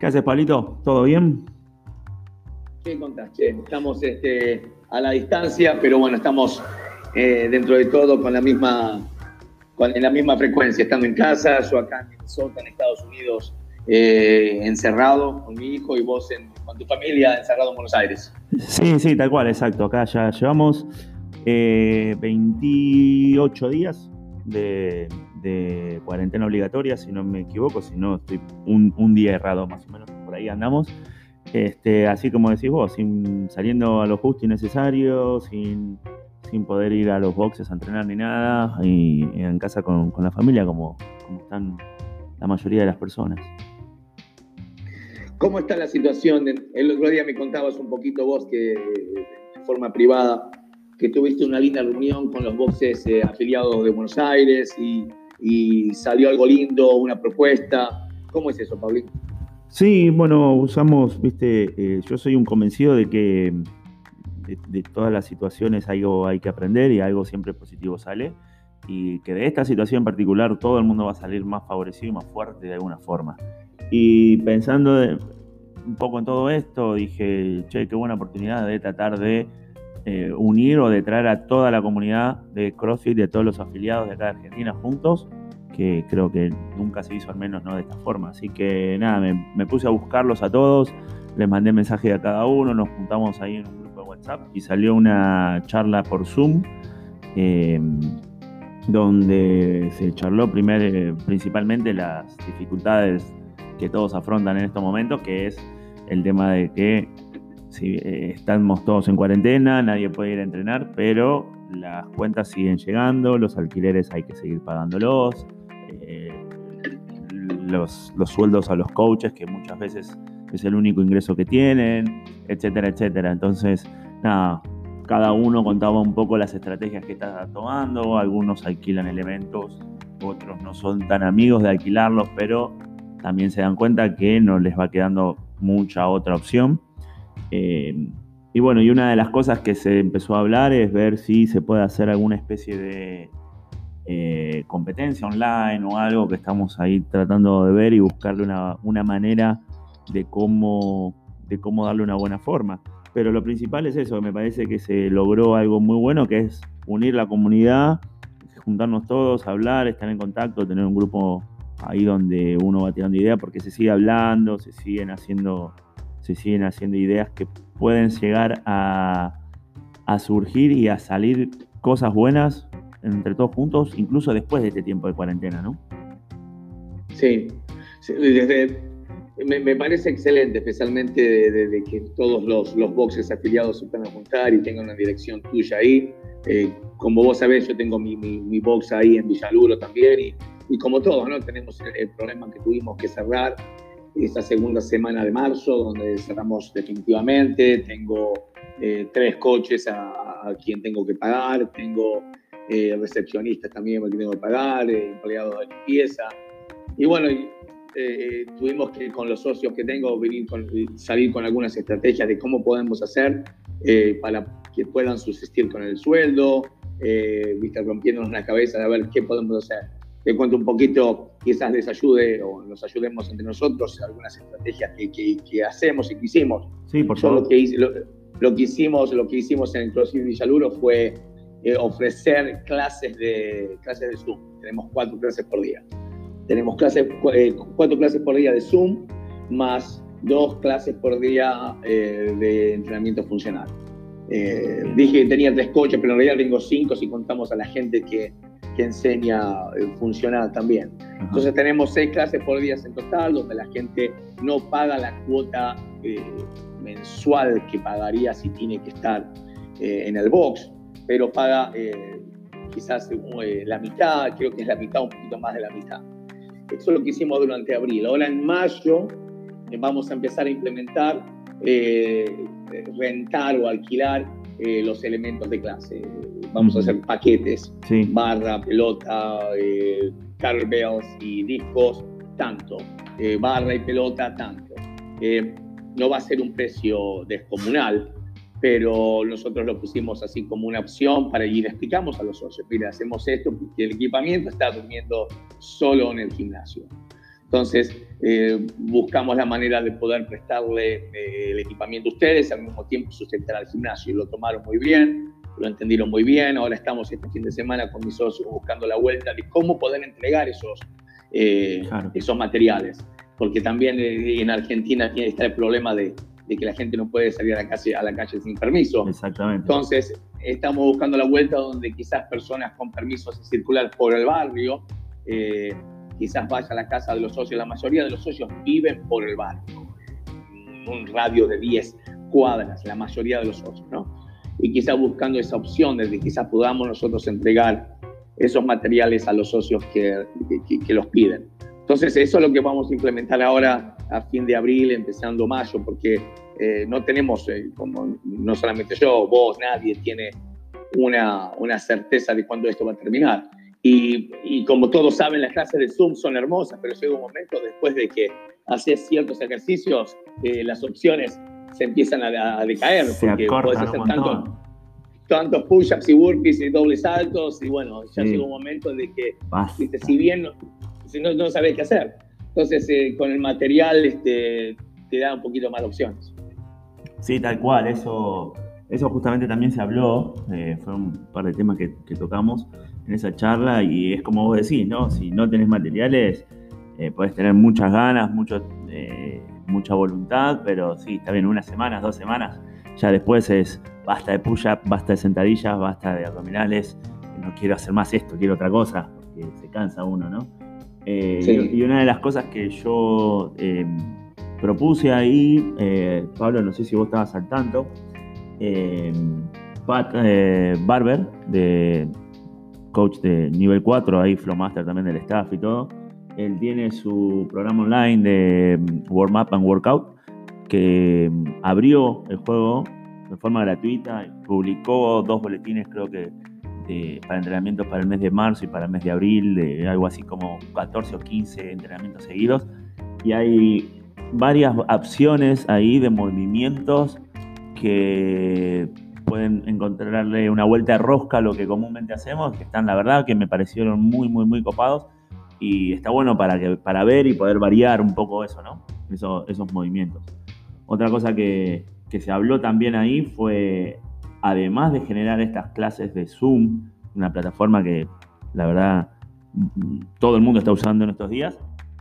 ¿Qué haces, Pablito? ¿Todo bien? ¿Qué contás, che? Estamos a la distancia, pero bueno, estamos dentro de todo en la misma frecuencia, estando en casa, yo acá en Minnesota, en Estados Unidos, encerrado con mi hijo y vos con tu familia encerrado en Buenos Aires. Sí, sí, tal cual, exacto. Acá ya llevamos 28 días de cuarentena obligatoria, si no me equivoco, si no estoy un día errado más o menos, por ahí andamos. Así como decís vos, saliendo a lo justo y necesario, sin poder ir a los boxes a entrenar ni nada, y en casa con la familia como están la mayoría de las personas. ¿Cómo está la situación? El otro día me contabas un poquito vos que de forma privada que tuviste una linda reunión con los boxes afiliados de Buenos Aires y salió algo lindo, una propuesta. ¿Cómo es eso, Pablín? Sí, bueno, usamos, yo soy un convencido de que de todas las situaciones algo hay que aprender y algo siempre positivo sale, y que de esta situación en particular todo el mundo va a salir más favorecido y más fuerte de alguna forma. Y pensando un poco en todo esto, dije, che, qué buena oportunidad de tratar de unir o de traer a toda la comunidad de CrossFit, de todos los afiliados de acá de Argentina juntos, que creo que nunca se hizo, al menos no de esta forma. Así que nada, me puse a buscarlos a todos, les mandé mensaje a cada uno, nos juntamos ahí en un grupo de WhatsApp y salió una charla por Zoom, eh, donde se charló principalmente las dificultades que todos afrontan en estos momentos, que es el tema de que si estamos todos en cuarentena, nadie puede ir a entrenar, pero las cuentas siguen llegando, los alquileres hay que seguir pagándolos, eh, los sueldos a los coaches, que muchas veces es el único ingreso que tienen, etcétera, etcétera. Entonces, nada, cada uno contaba un poco las estrategias que está tomando, algunos alquilan elementos, otros no son tan amigos de alquilarlos, pero también se dan cuenta que no les va quedando mucha otra opción. Y bueno, y una de las cosas que se empezó a hablar es ver si se puede hacer alguna especie de competencia online o algo, que estamos ahí tratando de ver y buscarle una manera de cómo darle una buena forma. Pero lo principal es eso, me parece que se logró algo muy bueno, que es unir la comunidad, juntarnos todos, hablar, estar en contacto, tener un grupo ahí donde uno va tirando ideas, porque se sigue hablando, se siguen haciendo ideas que pueden llegar a surgir y a salir cosas buenas entre todos juntos, incluso después de este tiempo de cuarentena, ¿no? Sí, sí, me parece excelente, especialmente de que todos los boxes afiliados se puedan juntar y tengan una dirección tuya ahí. Como vos sabés, yo tengo mi box ahí en Villaluro también, y como todos, ¿no? Tenemos el problema que tuvimos que cerrar esta segunda semana de marzo, donde cerramos definitivamente. Tengo 3 coches a quien tengo que pagar, tengo recepcionistas también que tengo que pagar, empleados de limpieza. Y bueno, tuvimos que, con los socios que tengo, salir con algunas estrategias de cómo podemos hacer para que puedan subsistir con el sueldo, rompiéndonos la cabeza de ver qué podemos hacer. Te cuento un poquito, quizás les ayude o nos ayudemos entre nosotros algunas estrategias que hacemos y que hicimos. Sí, por favor. Lo que hicimos en el CrossFit Villaluro fue ofrecer clases de Zoom. Tenemos 4 clases por día. Tenemos 4 clases por día de Zoom, más 2 clases por día de entrenamiento funcional. Dije que tenía 3 coaches, pero en realidad tengo 5 si contamos a la gente que enseña funcional también. Ajá. Entonces tenemos 6 clases por día en total, donde la gente no paga la cuota mensual que pagaría si tiene que estar en el box, pero paga quizás la mitad, creo que es la mitad, un poquito más de la mitad. Eso es lo que hicimos durante abril. Ahora en mayo vamos a empezar a implementar, rentar o alquilar los elementos de clase. Vamos a hacer paquetes, sí. Barra, pelota, kettlebells y discos, tanto. Barra y pelota, tanto. No va a ser un precio descomunal, pero nosotros lo pusimos así como una opción para ir, explicamos a los socios, mira, hacemos esto porque el equipamiento está durmiendo solo en el gimnasio. Entonces, buscamos la manera de poder prestarle el equipamiento a ustedes, al mismo tiempo sustentar al gimnasio, y lo tomaron muy bien, lo entendieron muy bien. Ahora estamos este fin de semana con mis socios buscando la vuelta de cómo poder entregar esos materiales, porque también en Argentina está el problema de que la gente no puede salir a la calle sin permiso. Exactamente. Entonces, estamos buscando la vuelta donde quizás personas con permisos de circular por el barrio, quizás vaya a la casa de los socios. La mayoría de los socios viven por el barrio, en un radio de 10 cuadras, la mayoría de los socios, ¿no? Y quizás buscando esa opción de que quizás podamos nosotros entregar esos materiales a los socios que los piden. Entonces, eso es lo que vamos a implementar ahora a fin de abril, empezando mayo, porque no tenemos, como no solamente yo, vos, nadie tiene una certeza de cuándo esto va a terminar. Y como todos saben, las clases de Zoom son hermosas, pero llega un momento después de que haces ciertos ejercicios, las opciones se empiezan a decaer, porque puedes hacer tantos push-ups y burpees y dobles saltos, y bueno, ya llega un momento de que, ¿viste? Si bien no sabes qué hacer. Entonces, con el material te da un poquito más de opciones. Sí, tal cual, eso justamente también se habló, fue un par de temas que tocamos en esa charla, y es como vos decís, ¿no? Si no tenés materiales, podés tener muchas ganas, mucha voluntad, pero sí, está bien, 1 semana, 2 semanas, ya después es basta de push-up, basta de sentadillas, basta de abdominales, no quiero hacer más esto, quiero otra cosa, porque se cansa uno, ¿no? Sí. Y una de las cosas que yo propuse ahí, Pablo, no sé si vos estabas al tanto, Pat Barber, coach de nivel 4, ahí Flowmaster también del staff y todo, él tiene su programa online de Warm Up and Workout, que abrió el juego de forma gratuita, publicó 2 boletines, creo que para entrenamientos para el mes de marzo y para el mes de abril, de algo así como 14 o 15 entrenamientos seguidos, y hay varias opciones ahí de movimientos que pueden encontrarle una vuelta de rosca a lo que comúnmente hacemos, que están, la verdad, que me parecieron muy, muy, muy copados, y está bueno para ver y poder variar un poco eso, ¿no? Esos movimientos. Otra cosa que se habló también ahí fue, además de generar estas clases de Zoom, una plataforma que la verdad todo el mundo está usando en estos días,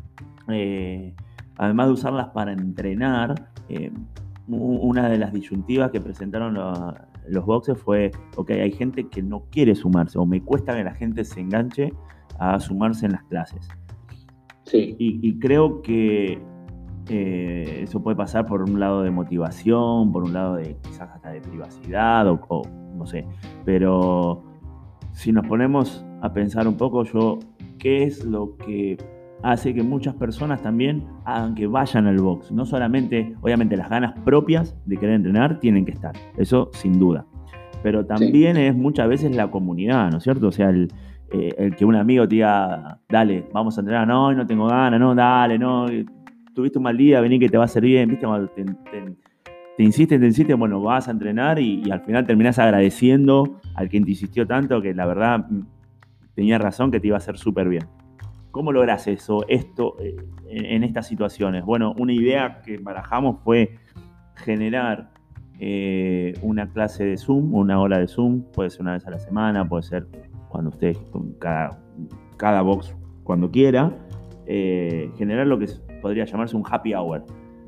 además de usarlas para entrenar, una de las disyuntivas que presentaron los boxes fue, ok, hay gente que no quiere sumarse, o me cuesta que la gente se enganche a sumarse en las clases. Sí. Y creo que eso puede pasar por un lado de motivación, por un lado de quizás hasta de privacidad o no sé, pero si nos ponemos a pensar un poco, ¿qué es lo que hace que muchas personas también hagan que vayan al box? No solamente, obviamente, las ganas propias de querer entrenar tienen que estar, eso sin duda, pero también es muchas veces la comunidad, ¿no es cierto? O sea, el que un amigo te diga, dale, vamos a entrenar, no tengo ganas, no, dale, no, tuviste un mal día, vení que te va a hacer bien, ¿viste? Cuando te insiste, bueno, vas a entrenar y al final terminás agradeciendo al que te insistió tanto, que la verdad tenía razón, que te iba a hacer súper bien. ¿Cómo lográs esto en estas situaciones? Bueno, una idea que barajamos fue generar una clase de Zoom, 1 hora de Zoom, puede ser una vez a la semana, puede ser cuando ustedes, cada box cuando quiera, generar lo que podría llamarse un happy hour,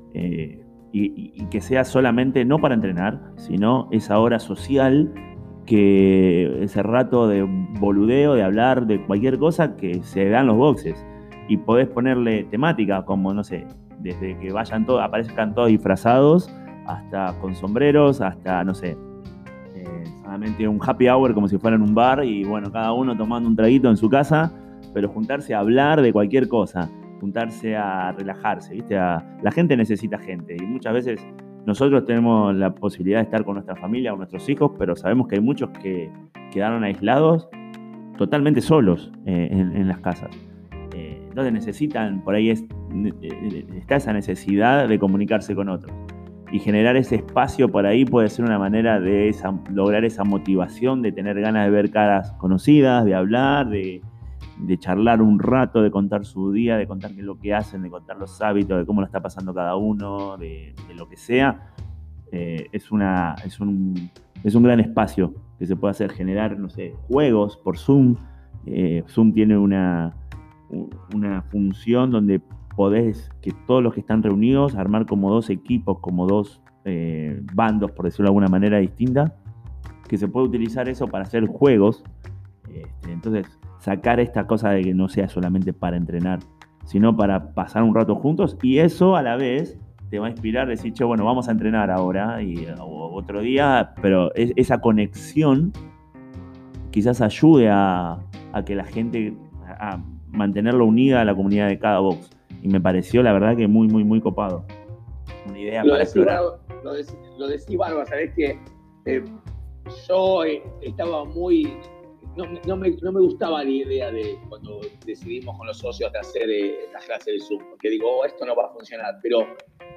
y que sea solamente no para entrenar, sino esa hora social, que ese rato de boludeo, de hablar de cualquier cosa que se da en los boxes, y podés ponerle temática, como no sé, desde que aparezcan todos disfrazados, hasta con sombreros, hasta no sé, solamente un happy hour como si fuera en un bar, y bueno, cada uno tomando un traguito en su casa, pero juntarse a hablar de cualquier cosa, juntarse a relajarse, ¿viste? La gente necesita gente, y muchas veces nosotros tenemos la posibilidad de estar con nuestra familia o nuestros hijos, pero sabemos que hay muchos que quedaron aislados, totalmente solos en las casas. Entonces necesitan, por ahí está esa necesidad de comunicarse con otros. Y generar ese espacio por ahí puede ser una manera de lograr esa motivación, de tener ganas de ver caras conocidas, de hablar, de de charlar un rato, de contar su día, de contar qué es lo que hacen, de contar los hábitos, de cómo lo está pasando cada uno, de lo que sea, es un gran espacio que se puede hacer, generar, no sé, juegos por Zoom. Zoom tiene una función donde podés, que todos los que están reunidos, armar como 2 equipos, como 2 bandos, por decirlo de alguna manera distinta, que se puede utilizar eso para hacer juegos. Entonces, sacar esta cosa de que no sea solamente para entrenar, sino para pasar un rato juntos, y eso a la vez te va a inspirar, decir, che, bueno, vamos a entrenar ahora o otro día, pero esa conexión quizás ayude a que la gente, a mantenerlo unida a la comunidad de cada box. Y me pareció, la verdad, que muy, muy, muy copado. Una idea para explorar. Lo decís, Bárbara, sabés que yo estaba muy... No me gustaba la idea de cuando decidimos con los socios de hacer las clases de Zoom, porque digo, esto no va a funcionar, pero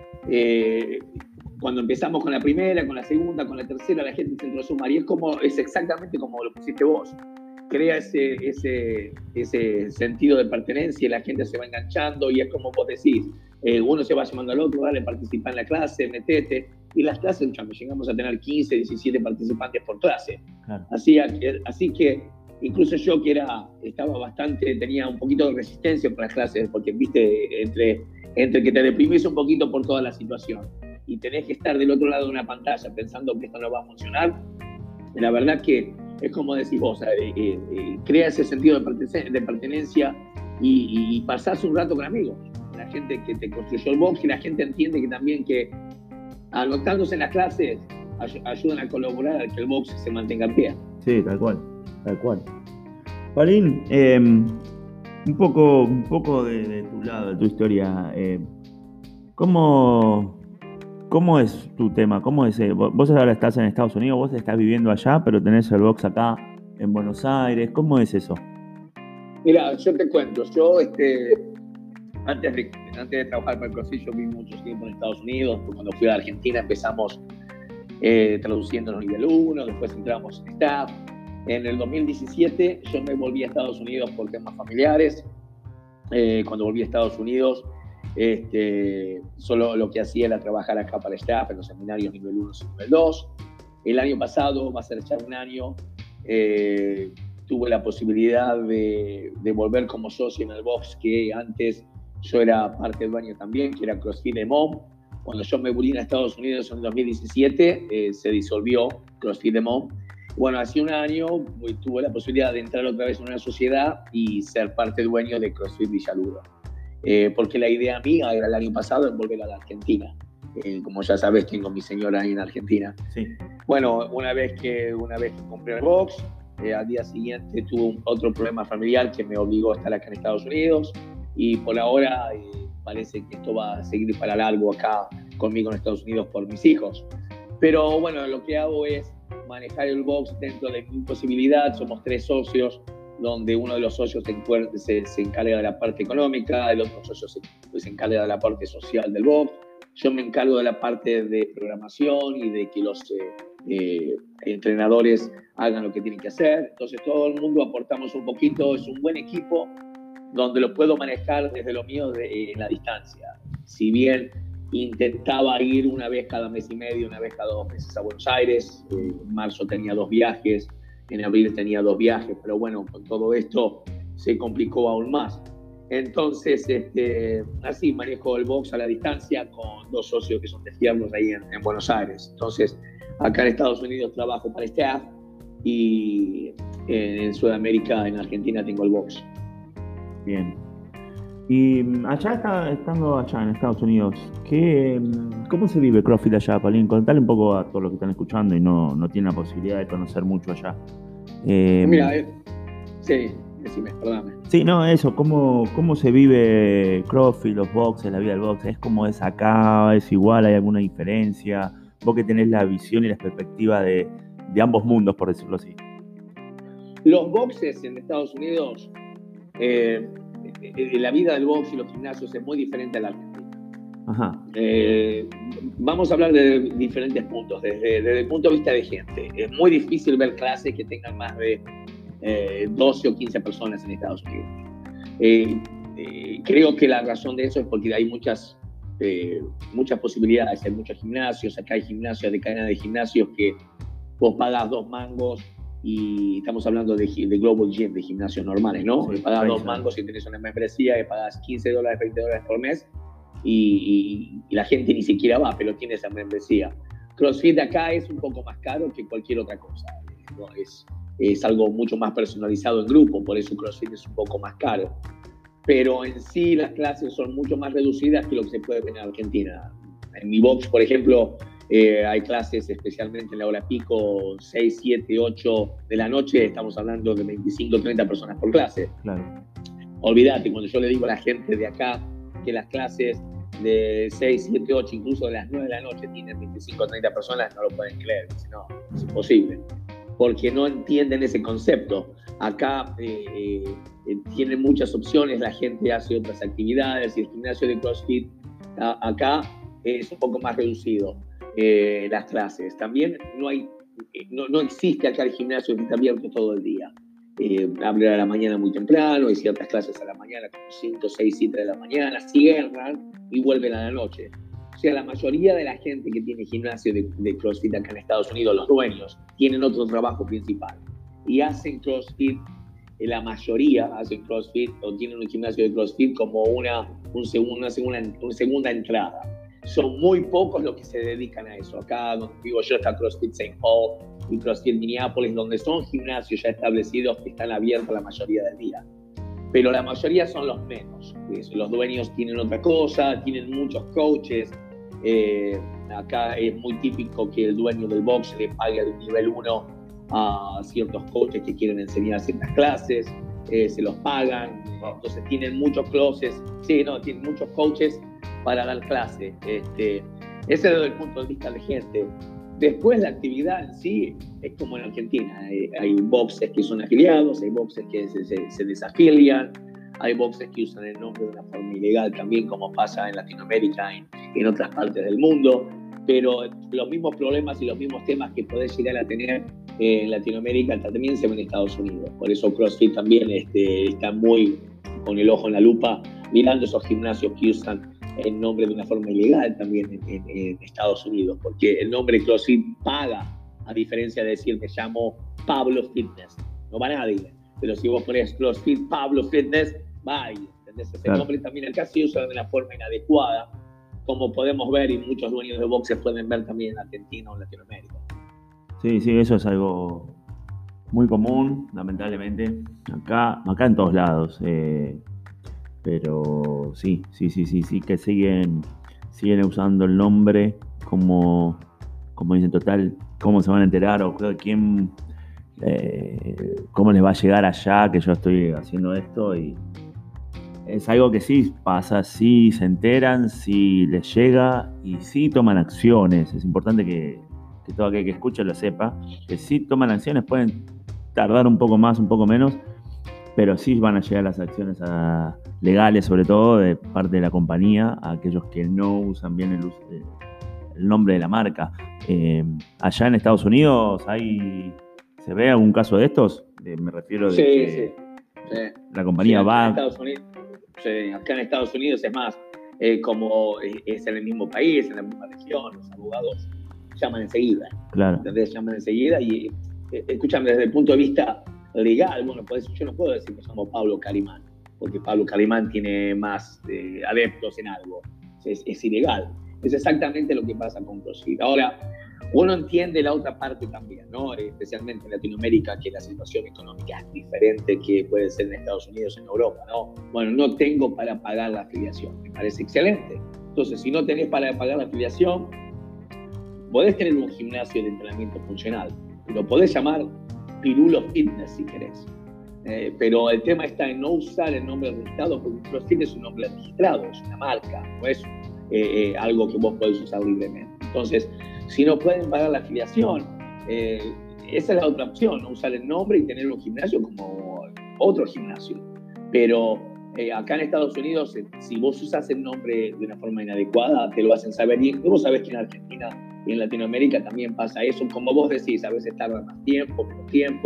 cuando empezamos con la primera, con la segunda, con la tercera, la gente se entró a sumar, y es exactamente como lo pusiste vos. Crea ese sentido de pertenencia, y la gente se va enganchando, y es como vos decís, uno se va llamando al otro, dale, participa en la clase, metete, y las clases, llegamos a tener 15, 17 participantes por clase. Claro. Así que incluso yo tenía un poquito de resistencia por las clases, porque viste, entre que te deprimís un poquito por toda la situación y tenés que estar del otro lado de una pantalla pensando que esto no va a funcionar, la verdad que es como decís vos, crea ese sentido de pertenencia y pasás un rato con amigos, la gente que te construyó el box, y la gente entiende que también que anotándose en las clases ayudan a colaborar a que el box se mantenga en pie. Sí, tal cual. Paulín, un poco de tu lado, de tu historia. ¿Cómo es tu tema? ¿Cómo es? Vos ahora estás en Estados Unidos, vos estás viviendo allá, pero tenés el box acá en Buenos Aires. ¿Cómo es eso? Mira, yo te cuento. Yo, antes de trabajar para el CrossFit, yo viví mucho tiempo en Estados Unidos. Cuando fui a Argentina empezamos traduciendo en nivel 1, después entramos en staff. En el 2017 yo me volví a Estados Unidos por temas familiares. Cuando volví a Estados Unidos, solo lo que hacía era trabajar acá para staff en los seminarios nivel 1 y nivel 2. El año pasado, va a ser ya un año, tuve la posibilidad de volver como socio en el box que antes yo era parte dueño también, que era CrossFit de Mom. Cuando yo me volví a Estados Unidos en 2017, se disolvió CrossFit de Mom. Bueno, hace un año tuve la posibilidad de entrar otra vez en una sociedad y ser parte dueño de CrossFit Villaluro. Porque la idea mía era el año pasado en volver a la Argentina. Como ya sabes, tengo mi señora ahí en Argentina. Sí. Bueno, una vez que compré el box, al día siguiente tuve otro problema familiar que me obligó a estar acá en Estados Unidos, y por ahora parece que esto va a seguir para largo acá conmigo en Estados Unidos por mis hijos. Pero bueno, lo que hago es manejar el box dentro de mi posibilidad. Somos 3 socios, donde uno de los socios se encarga de la parte económica, el otro socio se encarga de la parte social del box. Yo me encargo de la parte de programación y de que los entrenadores hagan lo que tienen que hacer. Entonces todo el mundo aportamos un poquito. Es un buen equipo donde lo puedo manejar desde lo mío en la distancia. Si bien intentaba ir una vez cada mes y medio, una vez cada 2 meses a Buenos Aires, en marzo tenía 2 viajes, en abril tenía 2 viajes, pero bueno, con todo esto se complicó aún más. Entonces, así manejo el box a la distancia con 2 socios que son de fierros ahí en Buenos Aires. Entonces, acá en Estados Unidos trabajo para staff, y en Sudamérica, en Argentina, tengo el box. Bien. Y estando allá en Estados Unidos, ¿cómo se vive CrossFit allá, Paulín? Contale un poco a todos los que están escuchando y no tienen la posibilidad de conocer mucho allá. Mira, sí, decime, perdóname. Sí, no, eso, ¿cómo se vive CrossFit, los boxes, la vida del box? ¿Es como es acá? ¿Es igual? ¿Hay alguna diferencia? Vos que tenés la visión y la perspectiva de ambos mundos, por decirlo así. Los boxes en Estados Unidos, la vida del box y los gimnasios es muy diferente a la Argentina. Ajá. Vamos a hablar de diferentes puntos. Desde el punto de vista de gente, es muy difícil ver clases que tengan más de 12 o 15 personas en Estados Unidos. Creo que la razón de eso es porque hay muchas posibilidades, hay muchos gimnasios. Acá hay gimnasios de cadena de gimnasios que vos pagas 2 mangos, y estamos hablando de Global Gym, de gimnasios normales, ¿no? Sí, pagas 2 mangos y tenés una membresía, y pagas $15, $20 por mes, y la gente ni siquiera va, pero tiene esa membresía. CrossFit acá es un poco más caro que cualquier otra cosa, ¿no? Es algo mucho más personalizado en grupo, por eso CrossFit es un poco más caro. Pero en sí las clases son mucho más reducidas que lo que se puede ver en Argentina. En mi box, por ejemplo, hay clases especialmente en la hora pico, 6, 7, 8 de la noche, estamos hablando de 25, 30 personas por clase. Claro. Olvídate, cuando yo le digo a la gente de acá que las clases de 6, 7, 8, incluso de las 9 de la noche tienen 25, 30 personas, no lo pueden creer. Dicen, no, es imposible, porque no entienden ese concepto. Acá tienen muchas opciones, la gente hace otras actividades, y el gimnasio de CrossFit acá es un poco más reducido. Las clases. También no existe acá el gimnasio que está abierto todo el día. Abre a la mañana muy temprano, hay ciertas clases a la mañana, como 5, 6, 7 de la mañana, cierran y vuelven a la noche. O sea, la mayoría de la gente que tiene gimnasio de CrossFit acá en Estados Unidos, los dueños, tienen otro trabajo principal y hacen CrossFit. La mayoría hacen CrossFit o tienen un gimnasio de CrossFit como una segunda entrada. Son muy pocos los que se dedican a eso. Acá donde vivo yo está CrossFit St. Paul y CrossFit Minneapolis, donde son gimnasios ya establecidos que están abiertos la mayoría del día. Pero la mayoría son los menos. Los dueños tienen otra cosa, tienen muchos coaches. Acá es muy típico que el dueño del box le pague el nivel 1 a ciertos coaches que quieren enseñar ciertas clases, se los pagan. Entonces tienen muchos coaches, tienen muchos coaches para dar clase. Ese es desde el punto de vista de gente. Después la actividad en sí es como en Argentina. Hay boxes que son afiliados, hay boxes que se desafilian, hay boxes que usan el nombre de una forma ilegal también, como pasa en Latinoamérica y en otras partes del mundo. Pero los mismos problemas y los mismos temas que podés llegar a tener en Latinoamérica también se ven en Estados Unidos. Por eso CrossFit también está muy con el ojo en la lupa, mirando esos gimnasios que usan el nombre de una forma ilegal también en Estados Unidos, porque el nombre CrossFit paga, a diferencia de decir me llamo Pablo Fitness, no va nadie, pero si vos pones CrossFit Pablo Fitness, va alguien, ¿entendés? Ese nombre también acá se usa de una forma inadecuada, como podemos ver y muchos dueños de boxes pueden ver también en Argentina o en Latinoamérica. Sí, eso es algo muy común, lamentablemente, acá en todos lados. Pero sí, que siguen usando el nombre como dicen, total, cómo se van a enterar o quién, cómo les va a llegar allá que yo estoy haciendo esto. Y es algo que sí pasa, sí se enteran, sí les llega y sí toman acciones. Es importante que todo aquel que escuche lo sepa, que sí toman acciones, pueden tardar un poco más, un poco menos, pero sí van a llegar las acciones legales, sobre todo de parte de la compañía, a aquellos que no usan bien el nombre de la marca. Allá en Estados Unidos ¿se ve algún caso de estos? Me refiero de que la compañía va... Acá en Estados Unidos es más, como es en el mismo país, en la misma región, los abogados llaman enseguida. Claro. ¿Entendés? Llaman enseguida y, escúchame, desde el punto de vista legal, bueno, yo no puedo decir que somos Pablo Calimán, porque Pablo Calimán tiene más adeptos en algo. Es ilegal. Es exactamente lo que pasa con CrossFit. Ahora, uno entiende la otra parte también, ¿no? Especialmente en Latinoamérica, que la situación económica es diferente que puede ser en Estados Unidos, en Europa, ¿no? Bueno, no tengo para pagar la afiliación. Me parece excelente. Entonces, si no tenés para pagar la afiliación, podés tener un gimnasio de entrenamiento funcional. Lo podés llamar Pirulo Fitness si querés. Pero el tema está en no usar el nombre registrado, porque CrossFit es un nombre registrado, es una marca, no es algo que vos podés usar libremente. Entonces, si no pueden pagar la afiliación, esa es la otra opción, no usar el nombre y tener un gimnasio como otro gimnasio. Pero acá en Estados Unidos, si vos usas el nombre de una forma inadecuada, te lo hacen saber. Y vos sabés que en Argentina y en Latinoamérica también pasa eso. Como vos decís, a veces tarda más tiempo, menos tiempo.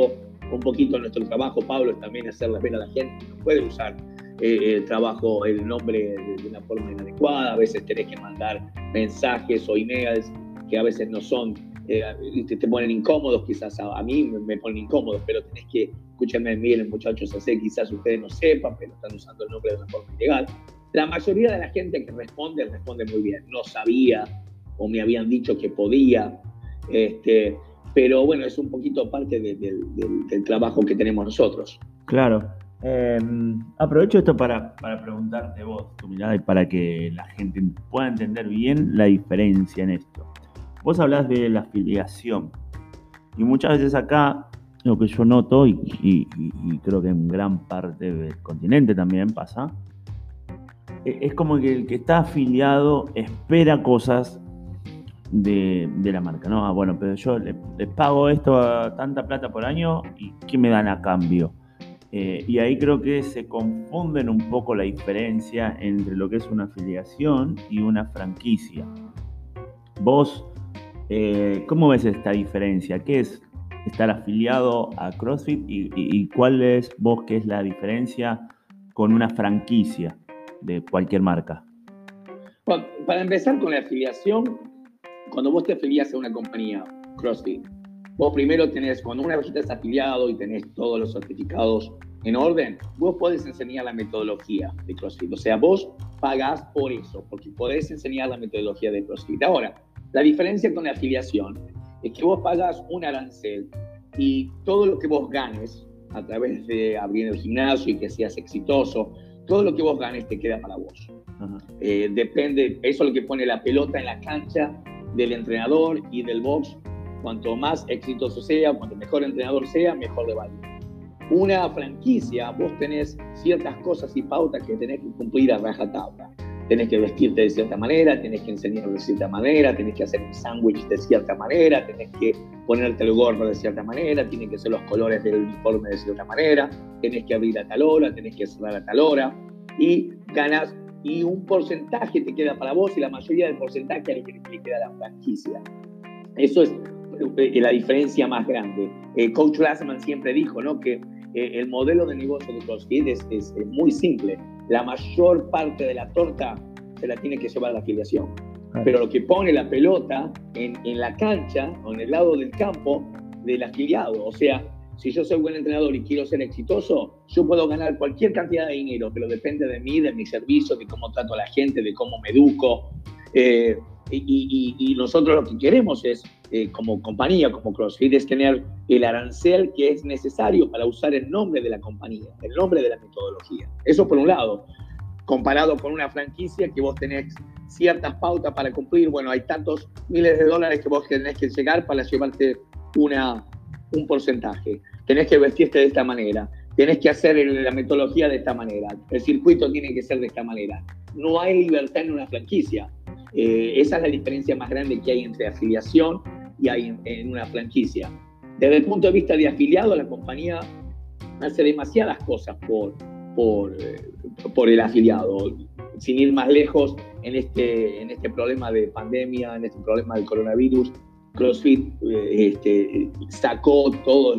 un poquito nuestro trabajo, Pablo, es también hacerle ver a la gente que no puede usar el trabajo, el nombre de una forma inadecuada. A veces tenés que mandar mensajes o emails que a veces no son, te ponen incómodos, quizás a mí me ponen incómodos, pero tenés que, escúchenme, miren muchachos, así quizás ustedes no sepan, pero están usando el nombre de una forma ilegal. La mayoría de la gente que responde muy bien. No sabía o me habían dicho que podía, pero bueno, es un poquito parte del trabajo que tenemos nosotros. Claro. Aprovecho esto para preguntarte vos tu mirada y para que la gente pueda entender bien la diferencia en esto. Vos hablás de la afiliación y muchas veces acá lo que yo noto y creo que en gran parte del continente también pasa, es como que el que está afiliado espera cosas de la marca, ¿no? Bueno, pero yo les pago esto a tanta plata por año y ¿qué me dan a cambio? Y ahí creo que se confunden un poco la diferencia entre lo que es una afiliación y una franquicia. Vos, ¿cómo ves esta diferencia? ¿Qué es estar afiliado a CrossFit y cuál es vos qué es la diferencia con una franquicia de cualquier marca? Bueno, para empezar con la afiliación, cuando vos te afilias a una compañía CrossFit, vos primero tenés, cuando una vez estás afiliado y tenés todos los certificados en orden, vos podés enseñar la metodología de CrossFit. O sea, vos pagás por eso, porque podés enseñar la metodología de CrossFit. Ahora, la diferencia con la afiliación es que vos pagás un arancel y todo lo que vos ganes a través de abrir el gimnasio y que seas exitoso, todo lo que vos ganes te queda para vos. Depende, eso es lo que pone la pelota en la cancha del entrenador y del box. Cuanto más exitoso sea, cuanto mejor entrenador sea, mejor le va a ir. Una franquicia, vos tenés ciertas cosas y pautas que tenés que cumplir a rajatabla. Tenés que vestirte de cierta manera, tenés que enseñar de cierta manera, tenés que hacer un sándwich de cierta manera, tenés que ponerte el gorro de cierta manera, tienen que ser los colores del uniforme de cierta manera, tenés que abrir a tal hora, tenés que cerrar a tal hora, y ganas, y un porcentaje te queda para vos y la mayoría del porcentaje le queda a la franquicia. Eso es la diferencia más grande. Coach Glassman siempre dijo, ¿no?, que el modelo de negocio de CrossFit es muy simple. La mayor parte de la torta se la tiene que llevar la afiliación. Pero lo que pone la pelota en la cancha o en el lado del campo del afiliado. O sea, si yo soy buen entrenador y quiero ser exitoso, yo puedo ganar cualquier cantidad de dinero, pero depende de mí, de mi servicio, de cómo trato a la gente, de cómo me educo. Y nosotros lo que queremos es, como compañía, como CrossFit, es tener el arancel que es necesario para usar el nombre de la compañía, el nombre de la metodología. Eso por un lado, comparado con una franquicia que vos tenés ciertas pautas para cumplir. Bueno, hay tantos miles de dólares que vos tenés que llegar para llevarte un porcentaje. Tenés que vestirte de esta manera, tenés que hacer la metodología de esta manera, el circuito tiene que ser de esta manera. No hay libertad en una franquicia. Esa es la diferencia más grande que hay entre afiliación y hay en una franquicia. Desde el punto de vista de afiliado, la compañía hace demasiadas cosas por el afiliado. Sin ir más lejos, en este problema de pandemia, en este problema del coronavirus, CrossFit sacó todos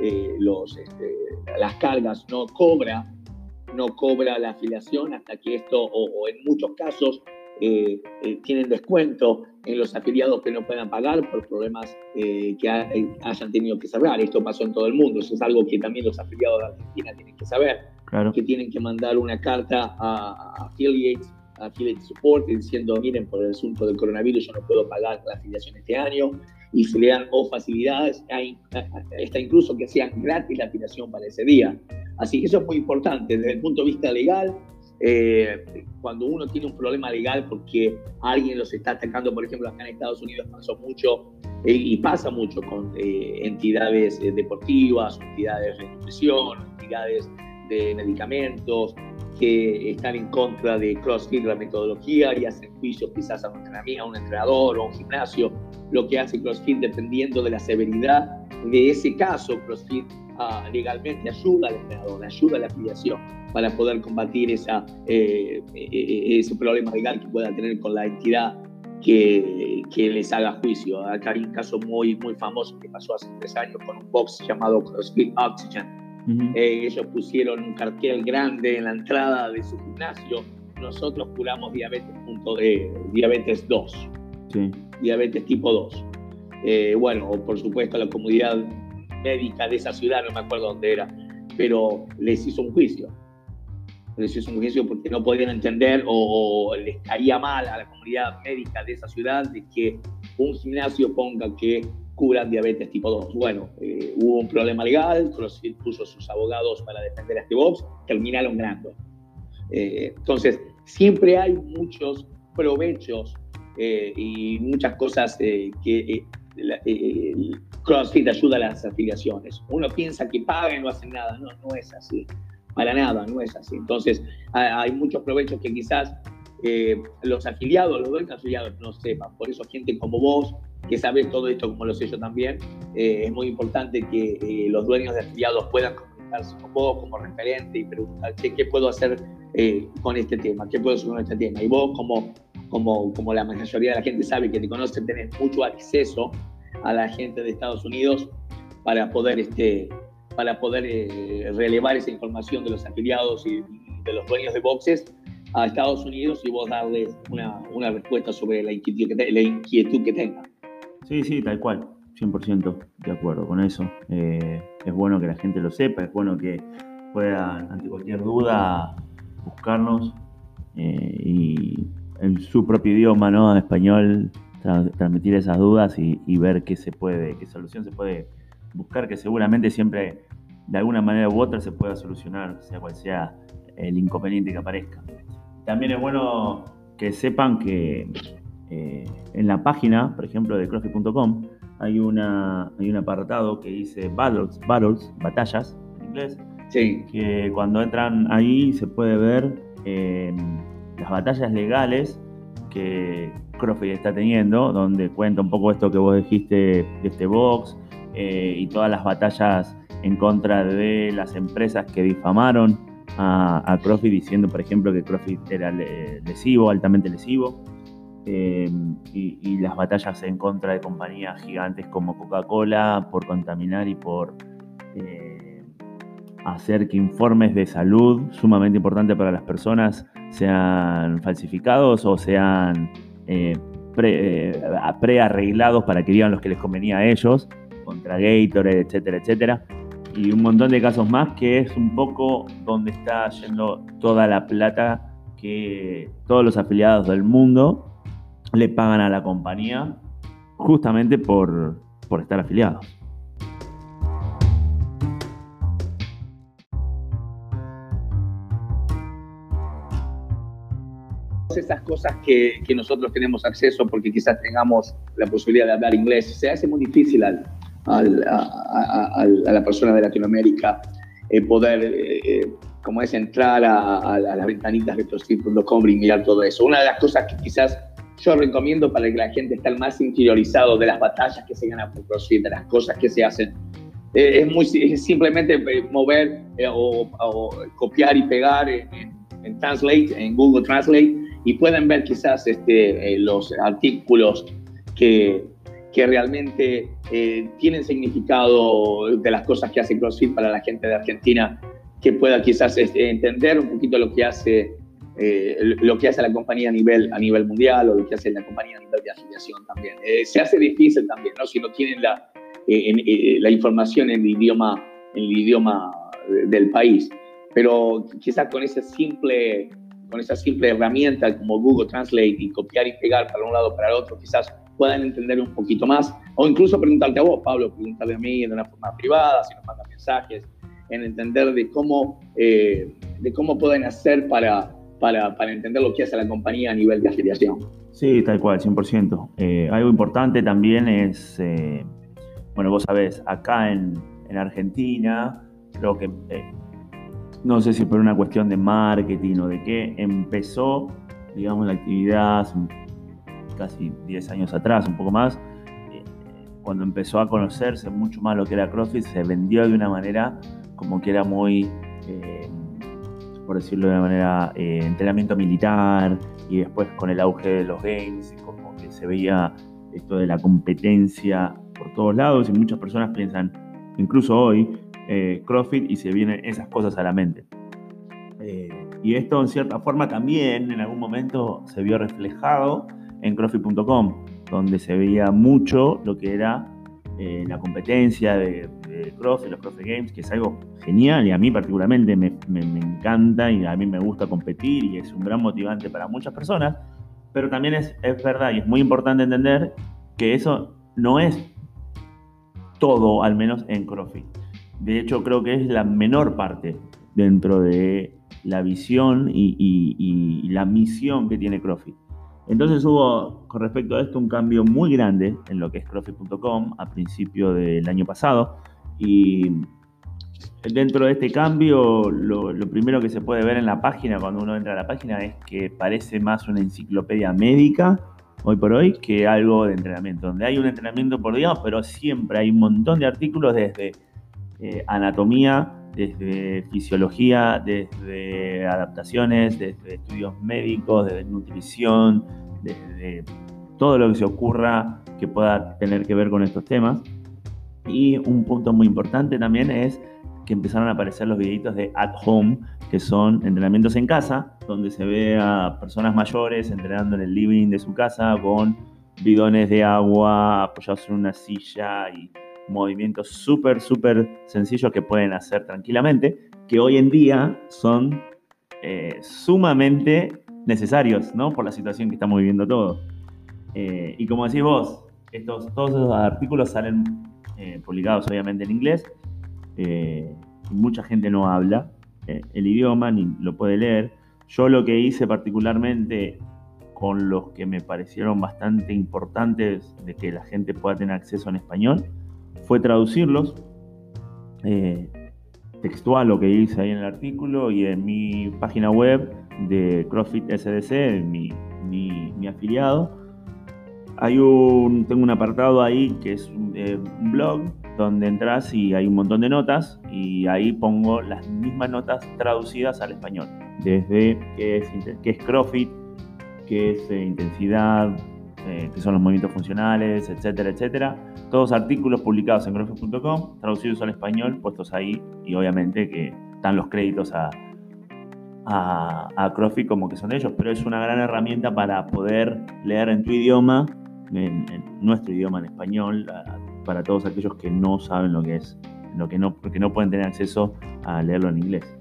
las cargas, no cobra la afiliación hasta que esto, o en muchos casos, tienen descuento en los afiliados que no puedan pagar por problemas que hayan tenido que cerrar. Esto pasó en todo el mundo. Eso es algo que también los afiliados de Argentina tienen que saber. Claro. Que tienen que mandar una carta a Affiliate Support diciendo, miren, por el asunto del coronavirus yo no puedo pagar la afiliación este año, y se le dan facilidades, está incluso que sean gratis la afiliación para ese día. Así que eso es muy importante desde el punto de vista legal. Cuando uno tiene un problema legal porque alguien los está atacando, por ejemplo, acá en Estados Unidos pasó mucho y pasa mucho con entidades deportivas, entidades de nutrición, entidades de medicamentos que están en contra de CrossFit, la metodología, y hacen juicios quizás a un entrenador o a un gimnasio. Lo que hace CrossFit, dependiendo de la severidad de ese caso, CrossFit legalmente ayuda al entrenador, ayuda a la afiliación para poder combatir ese problema legal que pueda tener con la entidad que les haga juicio. Acá hay un caso muy, muy famoso que pasó hace 3 años con un box llamado CrossFit Oxygen. Ellos pusieron un cartel grande en la entrada de su gimnasio. Nosotros curamos diabetes 2, sí. Diabetes tipo 2. Bueno, por supuesto la comunidad médica de esa ciudad, no me acuerdo dónde era, pero les hizo un juicio. Les hizo un juicio porque no podían entender o les caía mal a la comunidad médica de esa ciudad de que un gimnasio ponga que curan diabetes tipo 2. Bueno, hubo un problema legal, CrossFit puso sus abogados para defender a este box, terminaron ganando. Entonces, siempre hay muchos provechos y muchas cosas que CrossFit ayuda a las afiliaciones. Uno piensa que pagan y no hacen nada. No es así. Para nada, no es así. Entonces, hay muchos provechos que quizás los afiliados, los dueños afiliados no sepan. Por eso, gente como vos, que sabés todo esto como lo sé yo también, es muy importante que los dueños de afiliados puedan comunicarse con vos como referente y preguntar qué puedo hacer con este tema, qué puedo hacer con este tema. Y vos, como la mayoría de la gente sabe que te conoce, tenés mucho acceso a la gente de Estados Unidos para poder relevar esa información de los afiliados y de los dueños de boxes a Estados Unidos y vos darles una respuesta sobre la inquietud que tengan. Sí, tal cual, 100% de acuerdo con eso. Es bueno que la gente lo sepa, es bueno que puedan, ante cualquier duda, buscarnos y en su propio idioma, ¿no? En español, transmitir esas dudas y ver qué solución se puede buscar, que seguramente siempre de alguna manera u otra se pueda solucionar, sea cual sea el inconveniente que aparezca. También es bueno que sepan que en la página, por ejemplo, de CrossFit.com hay un apartado que dice battles, batallas en inglés, sí. Que cuando entran ahí se puede ver las batallas legales que CrossFit está teniendo, donde cuenta un poco esto que vos dijiste de este box y todas las batallas en contra de las empresas que difamaron a CrossFit diciendo, por ejemplo, que CrossFit era lesivo, altamente lesivo, y las batallas en contra de compañías gigantes como Coca-Cola por contaminar y por hacer que informes de salud sumamente importantes para las personas sean falsificados o sean prearreglados para que digan los que les convenía a ellos, contra Gatorade, etcétera, etcétera. Y un montón de casos más, que es un poco donde está yendo toda la plata que todos los afiliados del mundo le pagan a la compañía justamente por estar afiliados. Esas cosas que nosotros tenemos acceso porque quizás tengamos la posibilidad de hablar inglés, se hace muy difícil a la persona de Latinoamérica poder, como es, entrar a las ventanitas de CrossFit.com y mirar todo eso. Una de las cosas que quizás yo recomiendo para que la gente esté más interiorizado de las batallas que se ganan por CrossFit, de las cosas que se hacen, es simplemente mover o copiar y pegar en Translate, en Google Translate, y pueden ver quizás los artículos que realmente tienen significado de las cosas que hace CrossFit para la gente de Argentina, que pueda quizás entender un poquito lo que hace la compañía a nivel mundial, o lo que hace la compañía a nivel de afiliación también. Se hace difícil también, ¿no? Si no tienen la información en el idioma del país. Pero quizás con esa simple herramienta como Google Translate y copiar y pegar para un lado para el otro, quizás puedan entender un poquito más, o incluso preguntarte a vos, Pablo, preguntarle a mí de una forma privada, si nos mandan mensajes, en entender de cómo pueden hacer para entender lo que hace la compañía a nivel de afiliación. Sí, tal cual, 100%. Algo importante también es, bueno, vos sabés, acá en Argentina, creo que, no sé si por una cuestión de marketing o de qué, empezó, digamos, la actividad hace casi 10 años atrás, un poco más, cuando empezó a conocerse mucho más lo que era CrossFit, se vendió de una manera como que era muy, por decirlo de una manera, entrenamiento militar, y después con el auge de los games, como que se veía esto de la competencia por todos lados, y muchas personas piensan, incluso hoy, CrossFit, y se vienen esas cosas a la mente. Y esto en cierta forma también en algún momento se vio reflejado en CrossFit.com, donde se veía mucho lo que era la competencia de CrossFit, los CrossFit Games, que es algo genial y a mí particularmente me encanta, y a mí me gusta competir y es un gran motivante para muchas personas, pero también es verdad y es muy importante entender que eso no es todo, al menos en CrossFit. De hecho, creo que es la menor parte dentro de la visión y la misión que tiene CrossFit. Entonces hubo, con respecto a esto, un cambio muy grande en lo que es CrossFit.com a principio del año pasado, y dentro de este cambio lo primero que se puede ver en la página cuando uno entra a la página es que parece más una enciclopedia médica hoy por hoy que algo de entrenamiento, donde hay un entrenamiento por día, pero siempre hay un montón de artículos desde anatomía, desde fisiología, desde adaptaciones, desde estudios médicos, desde nutrición, desde todo lo que se ocurra que pueda tener que ver con estos temas. Y un punto muy importante también es que empezaron a aparecer los videitos de at home, que son entrenamientos en casa, donde se ve a personas mayores entrenando en el living de su casa con bidones de agua apoyados en una silla y movimientos súper sencillos que pueden hacer tranquilamente, que hoy en día son sumamente necesarios, ¿no? Por la situación que estamos viviendo todos. Y como decís vos, todos esos artículos salen publicados obviamente en inglés, y mucha gente no habla el idioma ni lo puede leer. Yo lo que hice particularmente con los que me parecieron bastante importantes de que la gente pueda tener acceso en español fue traducirlos textual, lo que hice ahí en el artículo, y en mi página web de CrossFit SDC, mi afiliado, tengo un apartado ahí que es un blog donde entras y hay un montón de notas, y ahí pongo las mismas notas traducidas al español, desde qué es CrossFit, qué es intensidad, qué son los movimientos funcionales, etcétera, etcétera. Todos artículos publicados en CrossFit.com, traducidos al español, puestos ahí, y obviamente que están los créditos a CrossFit como que son ellos, pero es una gran herramienta para poder leer en tu idioma, en nuestro idioma, en español, para todos aquellos que no saben lo que es, porque no pueden tener acceso a leerlo en inglés.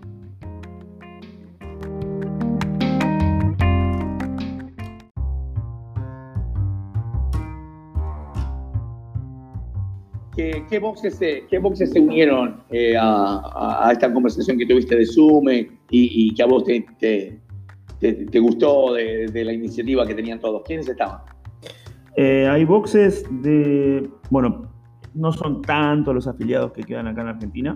¿Qué boxes se unieron a esta conversación que tuviste de Zoom y que a vos te gustó de la iniciativa que tenían todos? ¿Quiénes estaban? Hay boxes no son tantos los afiliados que quedan acá en Argentina.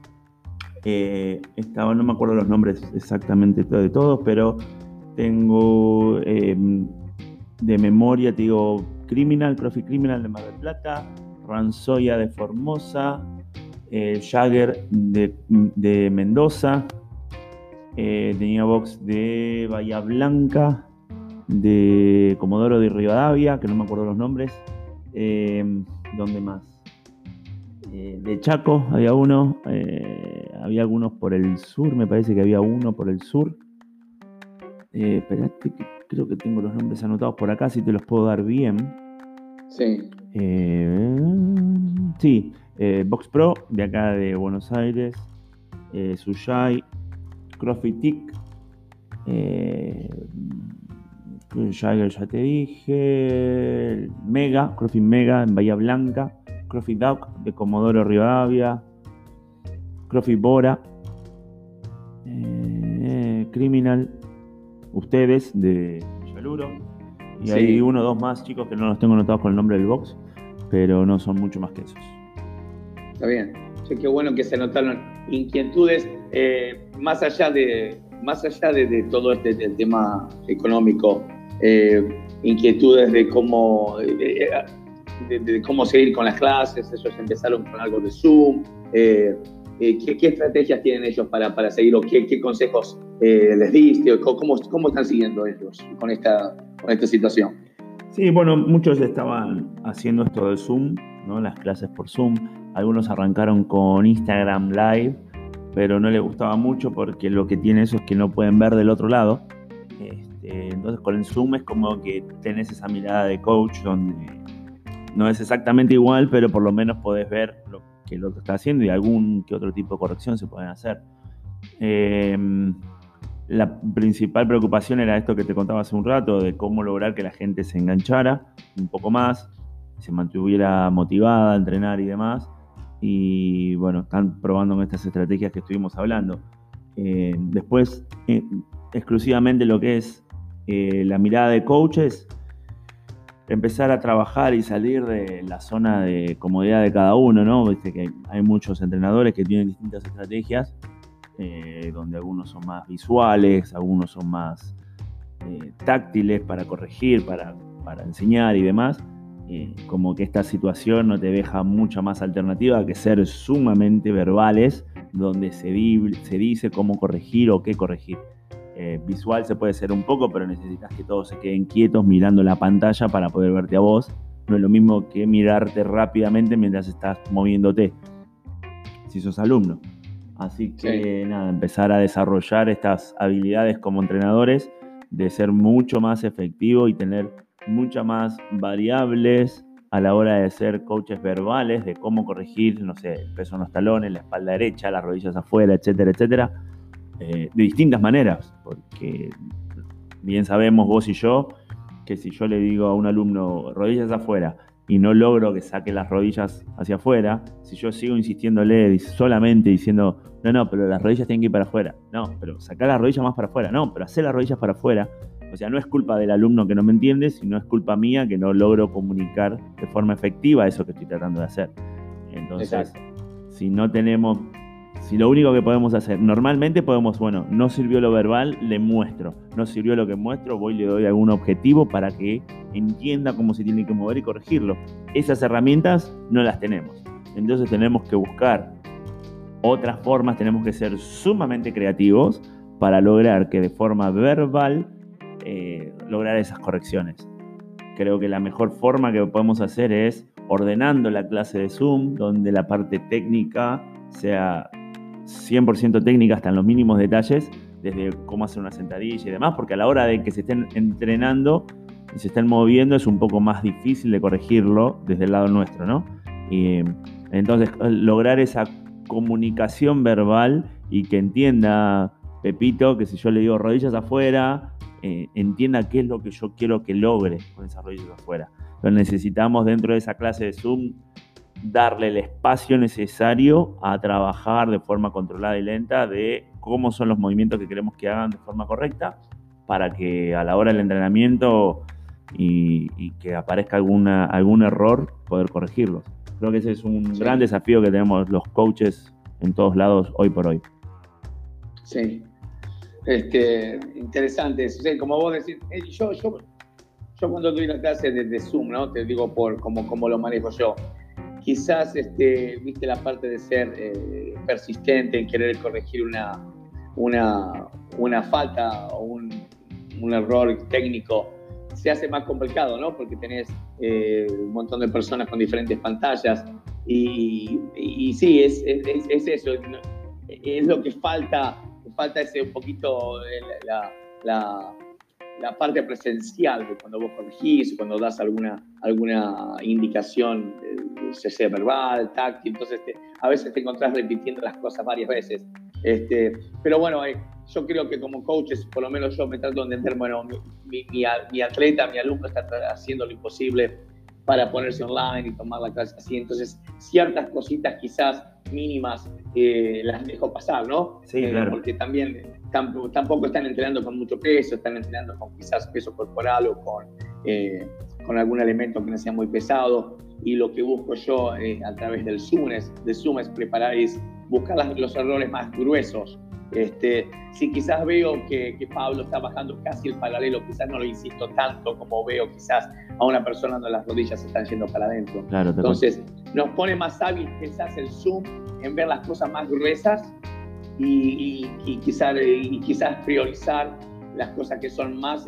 No me acuerdo los nombres exactamente de todos, pero tengo de memoria, te digo, CrossFit Criminal de Mar del Plata, Ranzoya de Formosa, Jagger de Mendoza, tenía box de Bahía Blanca, de Comodoro de Rivadavia, que no me acuerdo los nombres. ¿Dónde más? De Chaco había uno, había algunos por el sur, me parece que había uno por el sur. Esperate, que creo que tengo los nombres anotados por acá, si te los puedo dar bien. Sí. Sí, Box Pro de acá de Buenos Aires, Suyai, CrossFit TIC, Jagger ya te dije, Mega, CrossFit Mega en Bahía Blanca, CrossFit Duck de Comodoro Rivadavia, CrossFit Bora, Criminal, ustedes de Villaluro, y sí, hay uno o dos más chicos que no los tengo anotados con el nombre del box, pero no son mucho más que esos. Está bien. Sí, qué bueno que se notaron inquietudes más allá de todo del tema económico, inquietudes de cómo seguir con las clases. Ellos empezaron con algo de Zoom, ¿qué estrategias tienen ellos para seguir o qué consejos les diste o cómo están siguiendo ellos con esta situación? Sí, bueno, muchos estaban haciendo esto de Zoom, ¿no? Las clases por Zoom. Algunos arrancaron con Instagram Live, pero no les gustaba mucho porque lo que tiene eso es que no pueden ver del otro lado. Entonces con el Zoom es como que tenés esa mirada de coach donde no es exactamente igual, pero por lo menos podés ver lo que el otro está haciendo y algún que otro tipo de corrección se pueden hacer. La principal preocupación era esto que te contaba hace un rato, de cómo lograr que la gente se enganchara un poco más, se mantuviera motivada a entrenar y demás. Y bueno, están probando con estas estrategias que estuvimos hablando. Después, exclusivamente lo que es la mirada de coaches, empezar a trabajar y salir de la zona de comodidad de cada uno, ¿no? Viste que hay muchos entrenadores que tienen distintas estrategias, donde algunos son más visuales, algunos son más táctiles para corregir, para enseñar y demás. Como que esta situación no te deja mucha más alternativa que ser sumamente verbales, donde se dice cómo corregir o qué corregir. Visual se puede ser un poco, pero necesitas que todos se queden quietos mirando la pantalla para poder verte a vos. No es lo mismo que mirarte rápidamente mientras estás moviéndote, si sos alumno. Así que sí, nada, empezar a desarrollar estas habilidades como entrenadores, de ser mucho más efectivo y tener muchas más variables a la hora de ser coaches verbales, de cómo corregir, no sé, el peso en los talones, la espalda derecha, las rodillas afuera, etcétera, etcétera, de distintas maneras, porque bien sabemos vos y yo que si yo le digo a un alumno rodillas afuera y no logro que saque las rodillas hacia afuera, si yo sigo insistiéndole solamente diciendo no, pero las rodillas tienen que ir para afuera, no, pero sacar las rodillas más para afuera, no, pero hacer las rodillas para afuera, o sea, no es culpa del alumno que no me entiende, sino es culpa mía que no logro comunicar de forma efectiva eso que estoy tratando de hacer. Entonces, si lo único que podemos hacer, normalmente podemos, bueno, no sirvió lo verbal, le muestro. No sirvió lo que muestro, voy y le doy algún objetivo para que entienda cómo se tiene que mover y corregirlo. Esas herramientas no las tenemos. Entonces tenemos que buscar otras formas, tenemos que ser sumamente creativos para lograr que de forma verbal lograr esas correcciones. Creo que la mejor forma que podemos hacer es ordenando la clase de Zoom, donde la parte técnica sea 100% técnica hasta en los mínimos detalles, desde cómo hacer una sentadilla y demás, porque a la hora de que se estén entrenando y se estén moviendo es un poco más difícil de corregirlo desde el lado nuestro, ¿no? Y entonces lograr esa comunicación verbal y que entienda Pepito que si yo le digo rodillas afuera, entienda qué es lo que yo quiero que logre con esas rodillas afuera. Entonces necesitamos dentro de esa clase de Zoom darle el espacio necesario a trabajar de forma controlada y lenta de cómo son los movimientos que queremos que hagan de forma correcta para que a la hora del entrenamiento y que aparezca algún error, poder corregirlos. Creo que ese es un gran desafío que tenemos los coaches en todos lados hoy por hoy. Sí, interesante. Sí, como vos decís, yo cuando doy una clase de Zoom, ¿no? Te digo por cómo lo manejo yo. Quizás, viste la parte de ser persistente en querer corregir una falta o un error técnico, se hace más complicado, ¿no? Porque tenés un montón de personas con diferentes pantallas y sí, es eso, es lo que falta ese un poquito la parte presencial de cuando vos corregís, cuando das alguna indicación, sea verbal, táctil, entonces a veces te encontrás repitiendo las cosas varias veces. Pero bueno, yo creo que como coaches, por lo menos yo me trato de entender, bueno, mi atleta, mi alumno está haciendo lo imposible para ponerse online y tomar la clase así, entonces ciertas cositas quizás mínimas las dejo pasar, ¿no? Sí, claro. Porque también tampoco están entrenando con mucho peso, están entrenando con quizás peso corporal o con algún elemento que no sea muy pesado, y lo que busco yo a través del Zoom es preparar, es buscar los errores más gruesos. Si quizás veo que Pablo está bajando casi el paralelo, quizás no lo insisto tanto como veo quizás a una persona donde las rodillas se están yendo para adentro. Claro, entonces nos pone más hábil quizás el Zoom en ver las cosas más gruesas y quizás priorizar las cosas que son más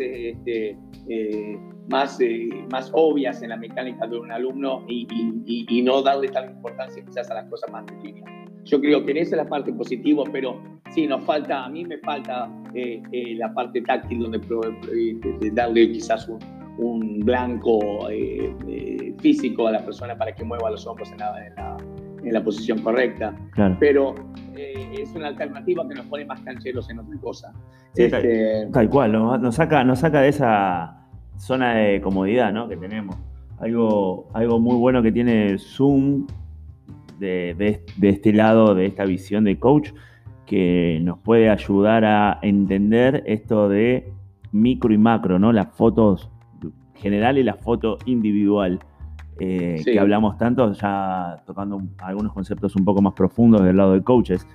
obvias en la mecánica de un alumno y no darle tal importancia quizás a las cosas más pequeñas. Yo creo que en esa es la parte positiva, pero sí, a mí me falta la parte táctil donde darle quizás un blanco físico a la persona para que mueva los hombros en la posición correcta. Claro. Pero es una alternativa que nos pone más cancheros en otra cosa. Sí, tal cual, nos saca de esa zona de comodidad, ¿no?, que tenemos. Algo muy bueno que tiene Zoom de este lado, de esta visión de coach, que nos puede ayudar a entender esto de micro y macro, ¿no? Las fotos general y la foto individual, sí, que hablamos tanto, ya tocando algunos conceptos un poco más profundos del lado de coaches.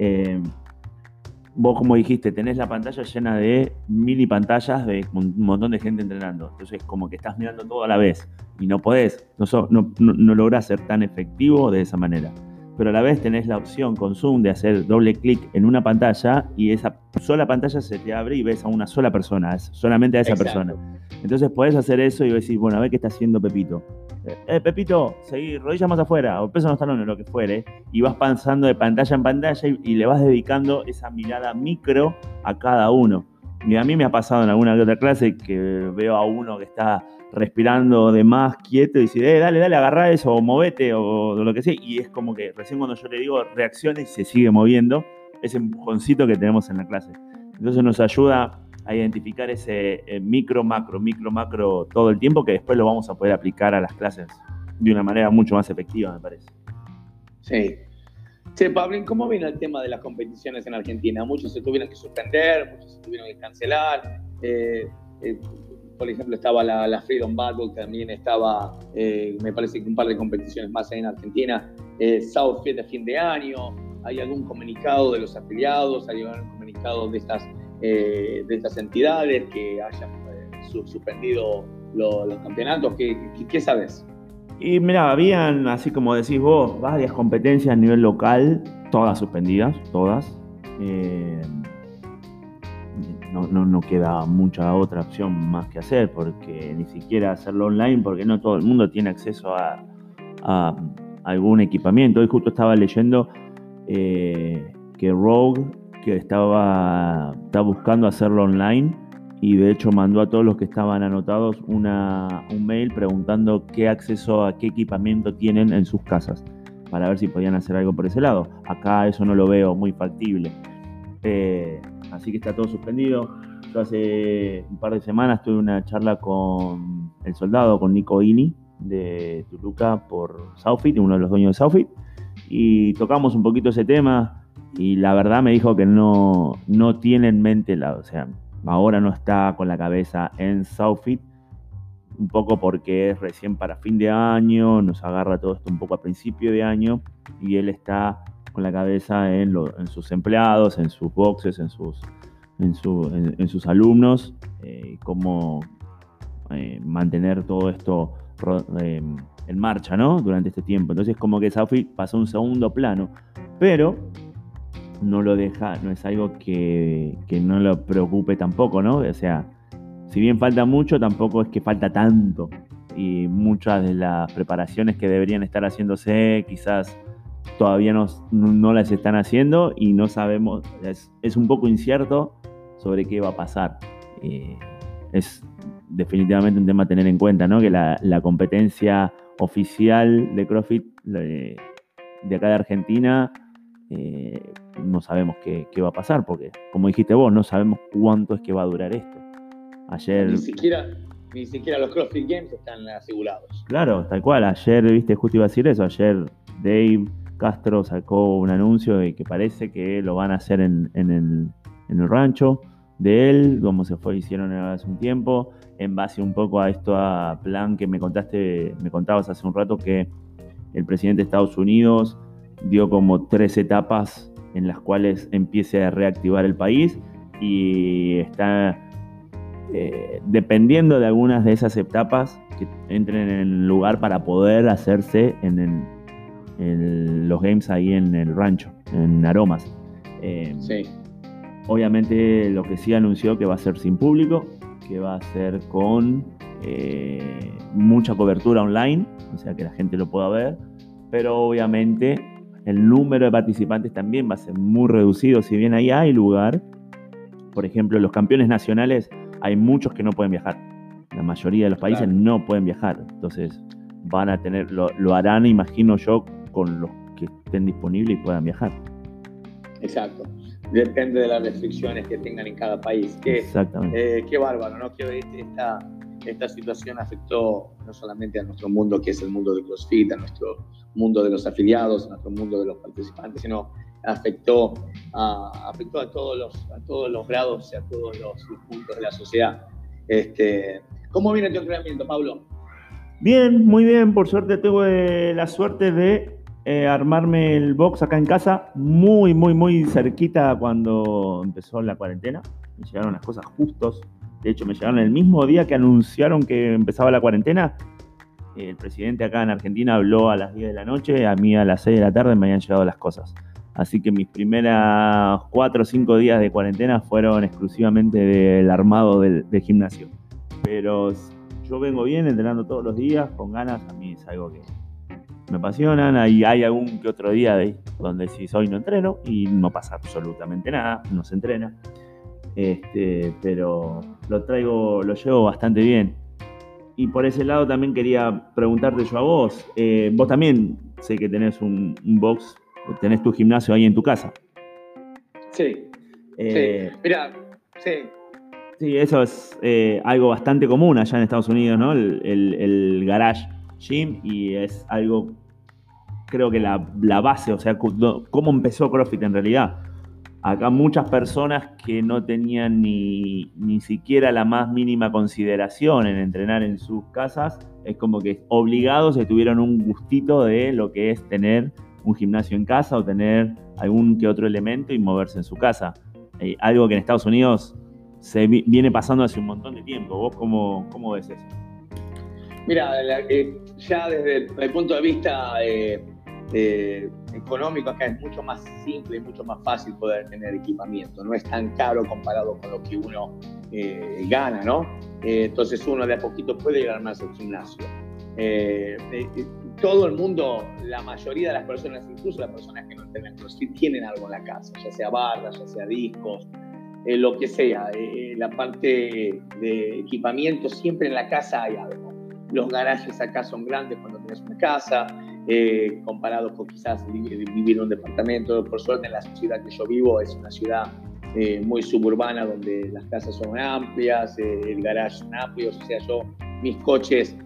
Vos, como dijiste, tenés la pantalla llena de mini pantallas de un montón de gente entrenando. Entonces, como que estás mirando todo a la vez y no podés, no lográs ser tan efectivo de esa manera. Pero a la vez tenés la opción con Zoom de hacer doble clic en una pantalla y esa sola pantalla se te abre y ves a una sola persona, solamente a esa persona. Entonces podés hacer eso y decir, bueno, a ver qué está haciendo Pepito. Pepito, seguí, rodillas más afuera, o peso en los talones, lo que fuere, y vas pasando de pantalla en pantalla y le vas dedicando esa mirada micro a cada uno. Y a mí me ha pasado en alguna que otra clase que veo a uno que está respirando de más quieto y dice, dale, agarrá eso, o movete, o lo que sea, y es como que recién cuando yo le digo reacciona y se sigue moviendo, ese empujoncito que tenemos en la clase. Entonces nos ayuda a identificar ese micro, macro todo el tiempo, que después lo vamos a poder aplicar a las clases de una manera mucho más efectiva, me parece. Sí. Sí, Pablín, ¿cómo viene el tema de las competiciones en Argentina? Muchos se tuvieron que suspender, muchos se tuvieron que cancelar. Por ejemplo, estaba la Freedom Battle, también estaba, me parece que un par de competiciones más en Argentina. Southfield de fin de año. ¿Hay algún comunicado de los afiliados? ¿Hay algún comunicado de estas entidades que hayan suspendido los campeonatos? ¿Qué sabes? Y mira, habían, así como decís vos, varias competencias a nivel local, todas suspendidas, todas. No queda mucha otra opción más que hacer, porque ni siquiera hacerlo online, porque no todo el mundo tiene acceso a algún equipamiento. Hoy justo estaba leyendo que Rogue, que está buscando hacerlo online, y de hecho mandó a todos los que estaban anotados un mail preguntando qué acceso a qué equipamiento tienen en sus casas, para ver si podían hacer algo por ese lado. Acá eso no lo veo muy factible. Así que está todo suspendido. Yo hace un par de semanas tuve una charla con el soldado, con Nico Ini, de Toluca, por Southfit, uno de los dueños de Southfit, y tocamos un poquito ese tema, y la verdad me dijo que no tiene en mente, ahora no está con la cabeza en Southfit, un poco porque es recién para fin de año, nos agarra todo esto un poco a principio de año, y él está con la cabeza en sus empleados, en sus boxes, en sus alumnos, cómo mantener todo esto en marcha, ¿no?, durante este tiempo. Entonces como que Southfit pasó a un segundo plano, pero no lo deja, no es algo que no lo preocupe tampoco, ¿no? O sea, si bien falta mucho, tampoco es que falta tanto, y muchas de las preparaciones que deberían estar haciéndose quizás todavía no las están haciendo, y no sabemos, es un poco incierto sobre qué va a pasar. Es definitivamente un tema a tener en cuenta, ¿no?, que la competencia oficial de CrossFit de acá de Argentina, no sabemos qué va a pasar, porque como dijiste vos, no sabemos cuánto es que va a durar esto. Ayer ni siquiera los CrossFit Games están asegurados. Claro, tal cual. Ayer, viste, justo iba a decir eso. Ayer Dave Castro sacó un anuncio de que parece que lo van a hacer en el rancho de él, como hicieron hace un tiempo, en base un poco a esto, a plan que me contabas hace un rato, que el presidente de Estados Unidos dio como 3 etapas en las cuales empiece a reactivar el país, y está dependiendo de algunas de esas etapas que entren en el lugar para poder hacerse en los games ahí en el rancho, en Aromas. Sí. Obviamente lo que sí anunció que va a ser sin público, que va a ser con mucha cobertura online, o sea que la gente lo pueda ver, pero obviamente el número de participantes también va a ser muy reducido, si bien ahí hay lugar. Por ejemplo, los campeones nacionales, hay muchos que no pueden viajar. La mayoría de los países no pueden viajar, entonces van a tener, lo harán, imagino yo, con los que estén disponibles y puedan viajar. Exacto. Depende de las restricciones que tengan en cada país. Exactamente. Qué bárbaro, ¿no? Que esta situación afectó no solamente a nuestro mundo, que es el mundo de CrossFit, a nuestro mundo de los afiliados, a nuestro mundo de los participantes, sino afectó a todos los grados y a todos los puntos de la sociedad. ¿Cómo viene tu entrenamiento, Pablo? Bien, muy bien. Por suerte tengo la suerte de armarme el box acá en casa, muy, muy, muy cerquita cuando empezó la cuarentena. Me llegaron las cosas justos. De hecho, me llegaron el mismo día que anunciaron que empezaba la cuarentena. El presidente acá en Argentina habló a las 10 de la noche, a mí a las 6 de la tarde me habían llegado las cosas. Así que mis primeras 4 o 5 días de cuarentena fueron exclusivamente del armado del gimnasio. Pero yo vengo bien entrenando todos los días, con ganas, a mí es algo que me apasionan. Hay algún que otro día donde si hoy no entreno y no pasa absolutamente nada, no se entrena. Pero lo llevo bastante bien. Y por ese lado también quería preguntarte yo a vos. Vos también sé que tenés un box, tenés tu gimnasio ahí en tu casa. Sí. Sí. Mira, sí. Sí, eso es algo bastante común allá en Estados Unidos, ¿no? El garage gym, y es algo, creo que la base, o sea, cómo empezó CrossFit en realidad. Acá muchas personas que no tenían ni siquiera la más mínima consideración en entrenar en sus casas, es como que obligados se tuvieron un gustito de lo que es tener un gimnasio en casa o tener algún que otro elemento y moverse en su casa. Algo que en Estados Unidos se viene pasando hace un montón de tiempo. ¿Vos cómo ves eso? Mira, ya desde el punto de vista económico, acá es mucho más simple y mucho más fácil poder tener equipamiento. No es tan caro comparado con lo que uno gana, ¿no? Entonces uno de a poquito puede ir armarse el gimnasio. Todo el mundo, la mayoría de las personas, incluso las personas que no entrenan CrossFit, tienen algo en la casa, ya sea barras, ya sea discos, lo que sea. La parte de equipamiento, siempre en la casa hay algo. Los garajes acá son grandes cuando tienes una casa, comparado con quizás vivir en un departamento. Por suerte, en la ciudad que yo vivo es una ciudad muy suburbana, donde las casas son amplias, el garage son amplios. O sea, mi coche,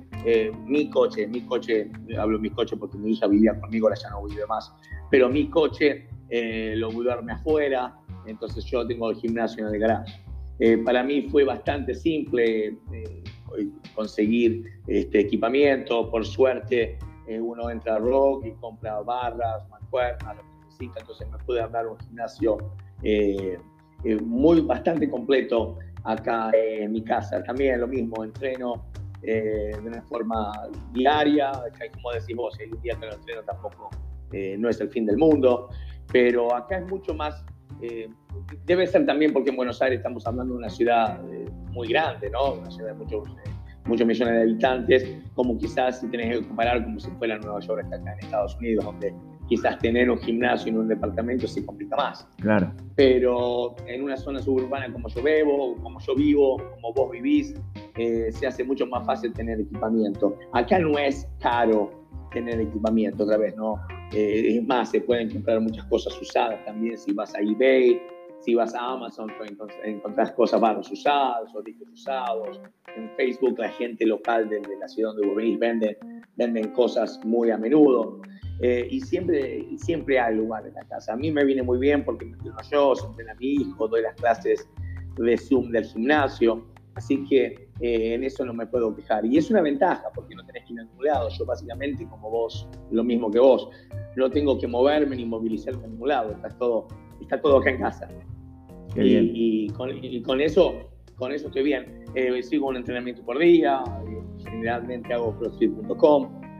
hablo mi coche porque mi hija vivía conmigo, ahora ya no vive más, pero mi coche lo voy a darme afuera, entonces yo tengo el gimnasio en el garage. Para mí fue bastante simple conseguir equipamiento. Por suerte, uno entra a Rock y compra barras, mancuernas, lo que necesita, entonces me pude armar un gimnasio bastante completo acá en mi casa. También lo mismo, entreno de una forma diaria, como decís vos, si hay un día que no entreno tampoco no es el fin del mundo, pero acá es mucho más, debe ser también porque en Buenos Aires estamos hablando de una ciudad muy grande, ¿no? Una ciudad de muchos millones de habitantes, como quizás si tenés que comparar como si fuera Nueva York acá en Estados Unidos, donde quizás tener un gimnasio en un departamento se complica más. Claro. Pero en una zona suburbana como yo vivo, como vos vivís, se hace mucho más fácil tener equipamiento. Acá no es caro tener equipamiento, otra vez, ¿no? Es más, se pueden comprar muchas cosas usadas también. Si vas a eBay, si vas a Amazon, encontrás cosas, barros usados o discos usados. En Facebook, la gente local de la ciudad donde vos venís venden cosas muy a menudo. Y siempre hay lugar en la casa. A mí me viene muy bien porque me entreno yo, se entrena mi hijo, doy las clases de Zoom del gimnasio, así que en eso no me puedo quejar. Y es una ventaja porque no tenés que ir a ningún lado. Yo básicamente, como vos, lo mismo que vos, no tengo que moverme ni movilizarme a ningún lado, está todo acá en casa. Y con eso estoy bien. Sigo un entrenamiento por día, generalmente hago crossfit.com.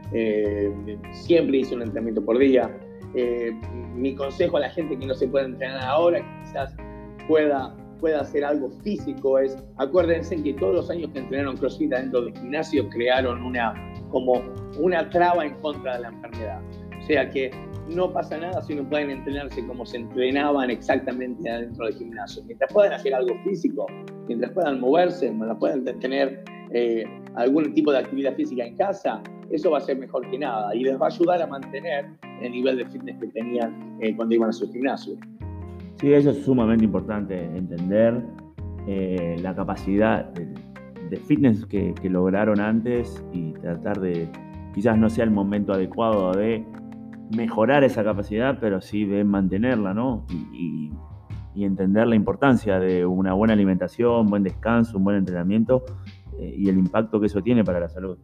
Siempre hice un entrenamiento por día. Mi consejo a la gente que no se puede entrenar ahora, que quizás pueda hacer algo físico, es acuérdense que todos los años que entrenaron CrossFit dentro del gimnasio crearon como una traba en contra de la enfermedad. O sea que no pasa nada si no pueden entrenarse como se entrenaban exactamente adentro del gimnasio. Mientras puedan hacer algo físico, mientras puedan moverse, mientras puedan tener algún tipo de actividad física en casa, eso va a ser mejor que nada y les va a ayudar a mantener el nivel de fitness que tenían cuando iban a su gimnasio. Sí, eso es sumamente importante, entender la capacidad de fitness que lograron antes y tratar de, quizás no sea el momento adecuado de mejorar esa capacidad, pero sí de mantenerla, ¿no? Y entender la importancia de una buena alimentación, buen descanso, un buen entrenamiento y el impacto que eso tiene para la salud.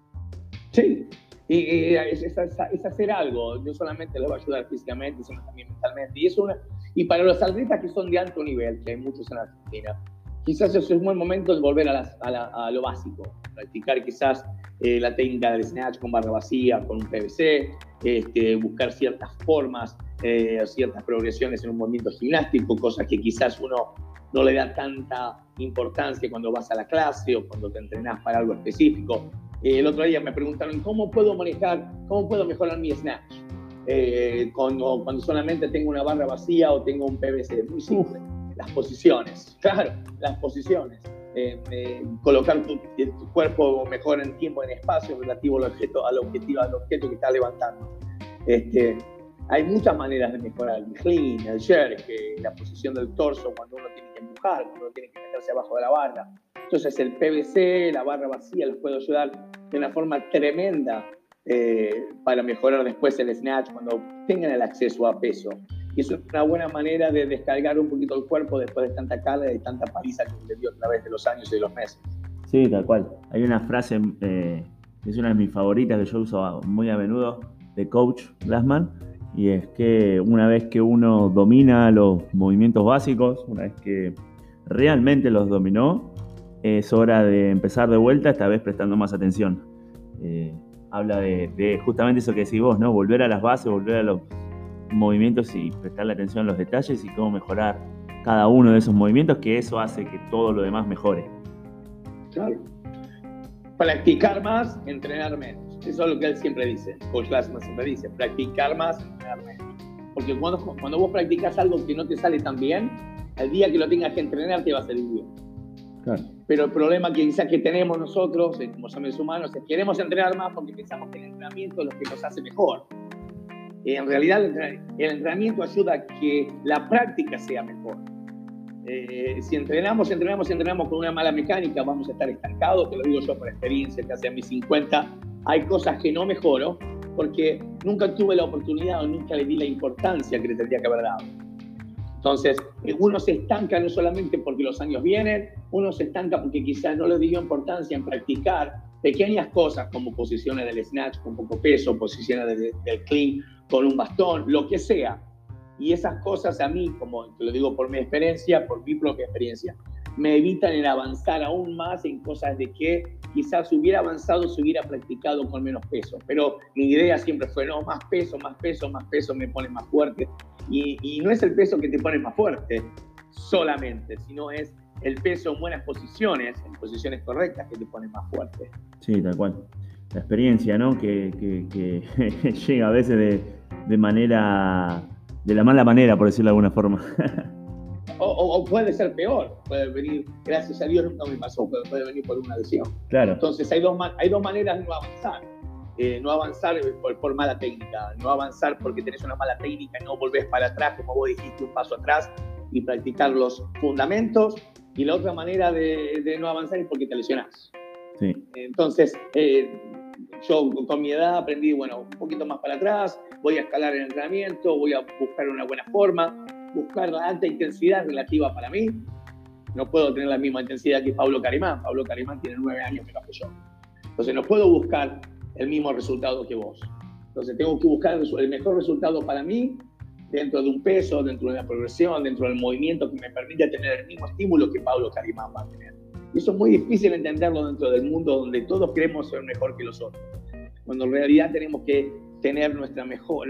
Sí, y es hacer algo, no solamente les va a ayudar físicamente, sino también mentalmente. Y para los atletas que son de alto nivel, que hay muchos en Argentina, quizás es un buen momento de volver a lo básico, practicar quizás la técnica del snatch con barra vacía, con un PVC, buscar ciertas formas, ciertas progresiones en un movimiento gimnástico, cosas que quizás uno no le da tanta importancia cuando vas a la clase o cuando te entrenás para algo específico. El otro día me preguntaron cómo puedo mejorar mi snatch cuando solamente tengo una barra vacía o tengo un PVC. Muy simple, las posiciones, claro, las posiciones. Colocar tu cuerpo mejor en tiempo, en espacio, relativo al objeto que está levantando. Hay muchas maneras de mejorar, el clean, el jerk, la posición del torso cuando uno tiene que empujar, cuando uno tiene que meterse abajo de la barra. Entonces el PVC, la barra vacía, les puede ayudar de una forma tremenda para mejorar después el snatch cuando tengan el acceso a peso. Y eso es una buena manera de descargar un poquito el cuerpo después de tanta carga y tanta paliza que le dio a través de los años y de los meses. Sí, tal cual. Hay una frase, es una de mis favoritas que yo uso muy a menudo, de Coach Glassman, y es que una vez que uno domina los movimientos básicos, una vez que realmente los dominó, es hora de empezar de vuelta, esta vez prestando más atención. Habla de justamente eso que decís vos, ¿no? Volver a las bases, volver a los movimientos y prestarle atención a los detalles y cómo mejorar cada uno de esos movimientos, que eso hace que todo lo demás mejore. Claro. Practicar más, entrenar menos. Eso es lo que él siempre dice. Coach Glassman siempre dice, practicar más, entrenar menos. Porque cuando vos practicas algo que no te sale tan bien, el día que lo tengas que entrenar te va a salir bien. Claro. Pero el problema que quizás que tenemos nosotros, como seres humanos, es que queremos entrenar más porque pensamos que el entrenamiento es lo que nos hace mejor. En realidad el entrenamiento ayuda a que la práctica sea mejor. Si entrenamos con una mala mecánica, vamos a estar estancados, te lo digo yo por experiencia, casi a mis 50, hay cosas que no mejoro porque nunca tuve la oportunidad o nunca le di la importancia que le tendría que haber dado. Entonces, uno se estanca no solamente porque los años vienen, uno se estanca porque quizás no le dio importancia en practicar pequeñas cosas como posiciones del snatch con poco peso, posiciones del clean con un bastón, lo que sea. Y esas cosas a mí, como te lo digo por mi experiencia, por mi propia experiencia, me evitan el avanzar aún más en cosas de que quizás hubiera avanzado si hubiera practicado con menos peso. Pero mi idea siempre fue, no, más peso me pone más fuerte. Y no es el peso que te pone más fuerte solamente, sino es el peso en buenas posiciones, en posiciones correctas, que te pone más fuerte. Sí, tal cual. La experiencia, ¿no? Que llega a veces de la mala manera, por decirlo de alguna forma. O puede ser peor, puede venir, gracias a Dios nunca me pasó, puede venir por una lesión. Claro. Entonces hay dos maneras de no avanzar. No avanzar por mala técnica, no avanzar porque tenés una mala técnica y no volvés para atrás, como vos dijiste, un paso atrás y practicar los fundamentos. Y la otra manera de no avanzar es porque te lesionás. Sí. Entonces, yo con mi edad aprendí, bueno, un poquito más para atrás, voy a escalar el entrenamiento, voy a buscar una buena forma, buscar la alta intensidad relativa para mí. No puedo tener la misma intensidad que Pablo Carimán. Pablo Carimán tiene 9 años menos que yo. Entonces, no puedo buscar el mismo resultado que vos. Entonces tengo que buscar el mejor resultado para mí dentro de un peso, dentro de una progresión, dentro del movimiento que me permita tener el mismo estímulo que Pablo Carimán va a tener. Y eso es muy difícil entenderlo dentro del mundo donde todos queremos ser mejor que los otros. cuando en realidad tenemos que tener nuestra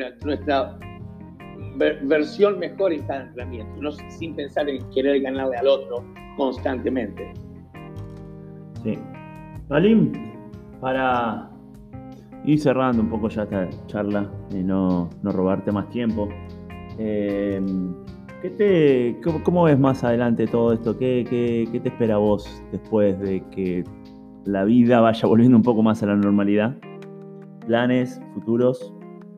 versión mejor en cada entrenamiento, no sin pensar en querer ganarle al otro constantemente. Sí. Pablín, para ir cerrando un poco ya esta charla y no robarte más tiempo, ¿cómo ves más adelante todo esto? ¿Qué te espera a vos después de que la vida vaya volviendo un poco más a la normalidad? ¿Planes futuros?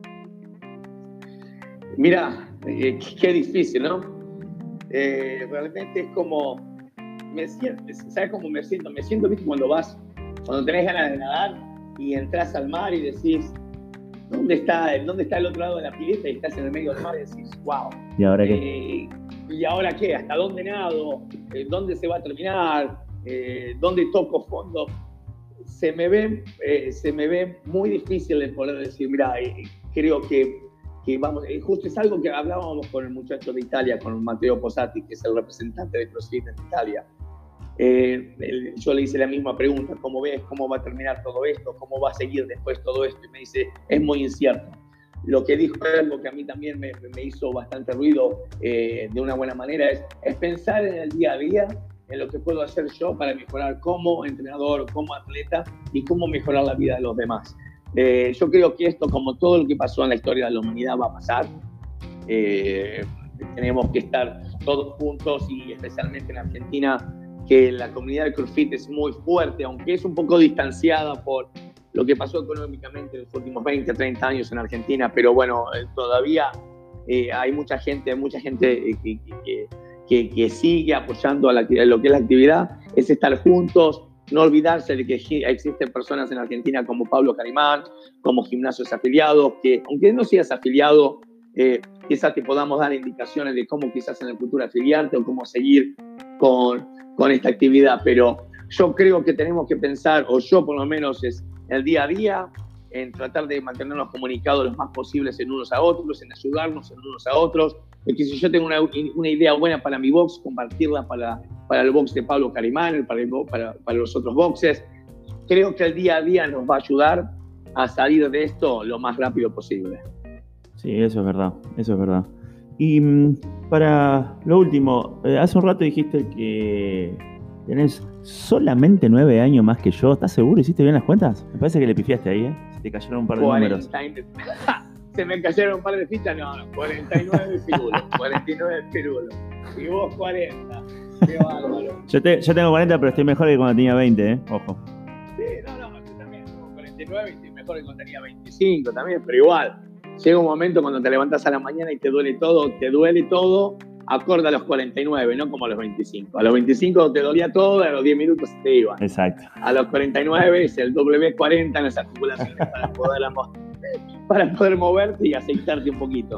Mira, qué difícil, ¿no? Realmente es como, ¿sabes cómo me siento? Me siento, ¿viste? Cuando tenés ganas de nadar y entras al mar y decís, ¿dónde está el otro lado de la pileta? Y estás en el medio del mar y decís, wow. ¿Y ahora qué? ¿Y ahora qué? ¿Hasta dónde nado? ¿Dónde se va a terminar? ¿Dónde toco fondo? Se me ve muy difícil el poder decir, mira, creo que vamos, justo es algo que hablábamos con el muchacho de Italia, con Matteo Posati, que es el representante de CrossFit en Italia. Yo le hice la misma pregunta, ¿cómo ves? ¿Cómo va a terminar todo esto? ¿Cómo va a seguir después todo esto? Y me dice, es muy incierto. Lo que dijo es algo que a mí también me hizo bastante ruido de una buena manera, es pensar en el día a día, en lo que puedo hacer yo para mejorar como entrenador, como atleta y cómo mejorar la vida de los demás. Yo creo que esto, como todo lo que pasó en la historia de la humanidad, va a pasar. Tenemos que estar todos juntos y especialmente en Argentina, que la comunidad de CrossFit es muy fuerte, aunque es un poco distanciada por lo que pasó económicamente en los últimos 20, 30 años en Argentina, pero bueno, todavía hay mucha gente que sigue apoyando lo que es la actividad, es estar juntos, no olvidarse de que existen personas en Argentina como Pablo Carimán, como gimnasios afiliados, que aunque no seas afiliado, quizás te podamos dar indicaciones de cómo quizás en el futuro afiliarte o cómo seguir con esta actividad, pero yo creo que tenemos que pensar, o yo por lo menos, es el día a día, en tratar de mantenernos comunicados lo más posibles en unos a otros, en ayudarnos en unos a otros, de que si yo tengo una idea buena para mi box, compartirla para el box de Pablo Carimán, para los otros boxes. Creo que el día a día nos va a ayudar a salir de esto lo más rápido posible. Sí, eso es verdad, eso es verdad. Y para lo último, hace un rato dijiste que tenés solamente 9 años más que yo. ¿Estás seguro? ¿Hiciste bien las cuentas? Me parece que le pifiaste ahí, ¿eh? Se te cayeron un par de números. Se me cayeron un par de fichas, no, 49 pirulo, 49 pirulo. Y vos 40. Qué bárbaro. Yo tengo 40, pero estoy mejor que cuando tenía 20, ¿eh? Ojo. Sí, no, yo también tengo 49 y estoy mejor que cuando tenía 25 también, pero igual. Llega un momento cuando te levantas a la mañana y te duele todo, acorde a los 49, no como a los 25. A los 25 te dolía todo, a los 10 minutos te iba. Exacto. A los 49 es el W40 en las articulaciones para poder moverte y aceitarte un poquito.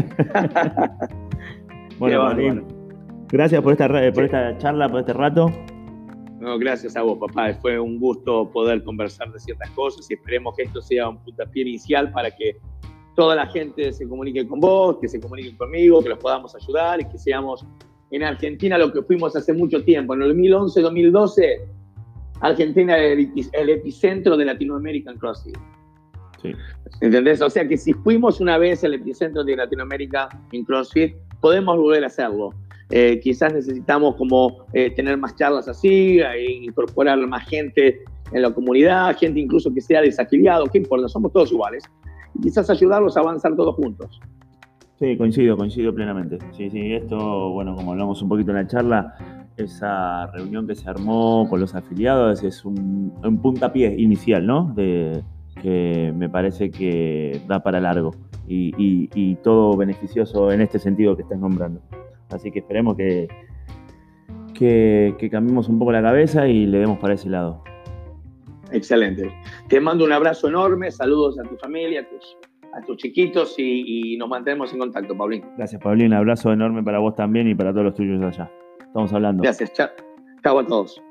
Bueno, Pablín, gracias por esta charla, por este rato. No, gracias a vos, papá. Fue un gusto poder conversar de ciertas cosas y esperemos que esto sea un puntapié inicial para que toda la gente se comunique con vos, que se comunique conmigo, que los podamos ayudar y que seamos en Argentina lo que fuimos hace mucho tiempo. En el 2011-2012, Argentina era el epicentro de Latinoamérica en CrossFit. Sí. ¿Entendés? O sea que si fuimos una vez el epicentro de Latinoamérica en CrossFit, podemos volver a hacerlo. Quizás necesitamos como tener más charlas así, incorporar más gente en la comunidad, gente incluso que sea desafiliado, ¿qué importa? Somos todos iguales. Y quizás ayudarlos a avanzar todos juntos. Sí, coincido plenamente. Sí, esto, bueno, como hablamos un poquito en la charla, esa reunión que se armó con los afiliados es un puntapié inicial, ¿no? Que me parece que da para largo y todo beneficioso en este sentido que estás nombrando. Así que esperemos que cambiemos un poco la cabeza y le demos para ese lado. Excelente. Te mando un abrazo enorme, saludos a tu familia, a tus chiquitos y nos mantenemos en contacto, Paulín. Gracias, Paulín. Un abrazo enorme para vos también y para todos los tuyos allá. Estamos hablando. Gracias. Chao a todos.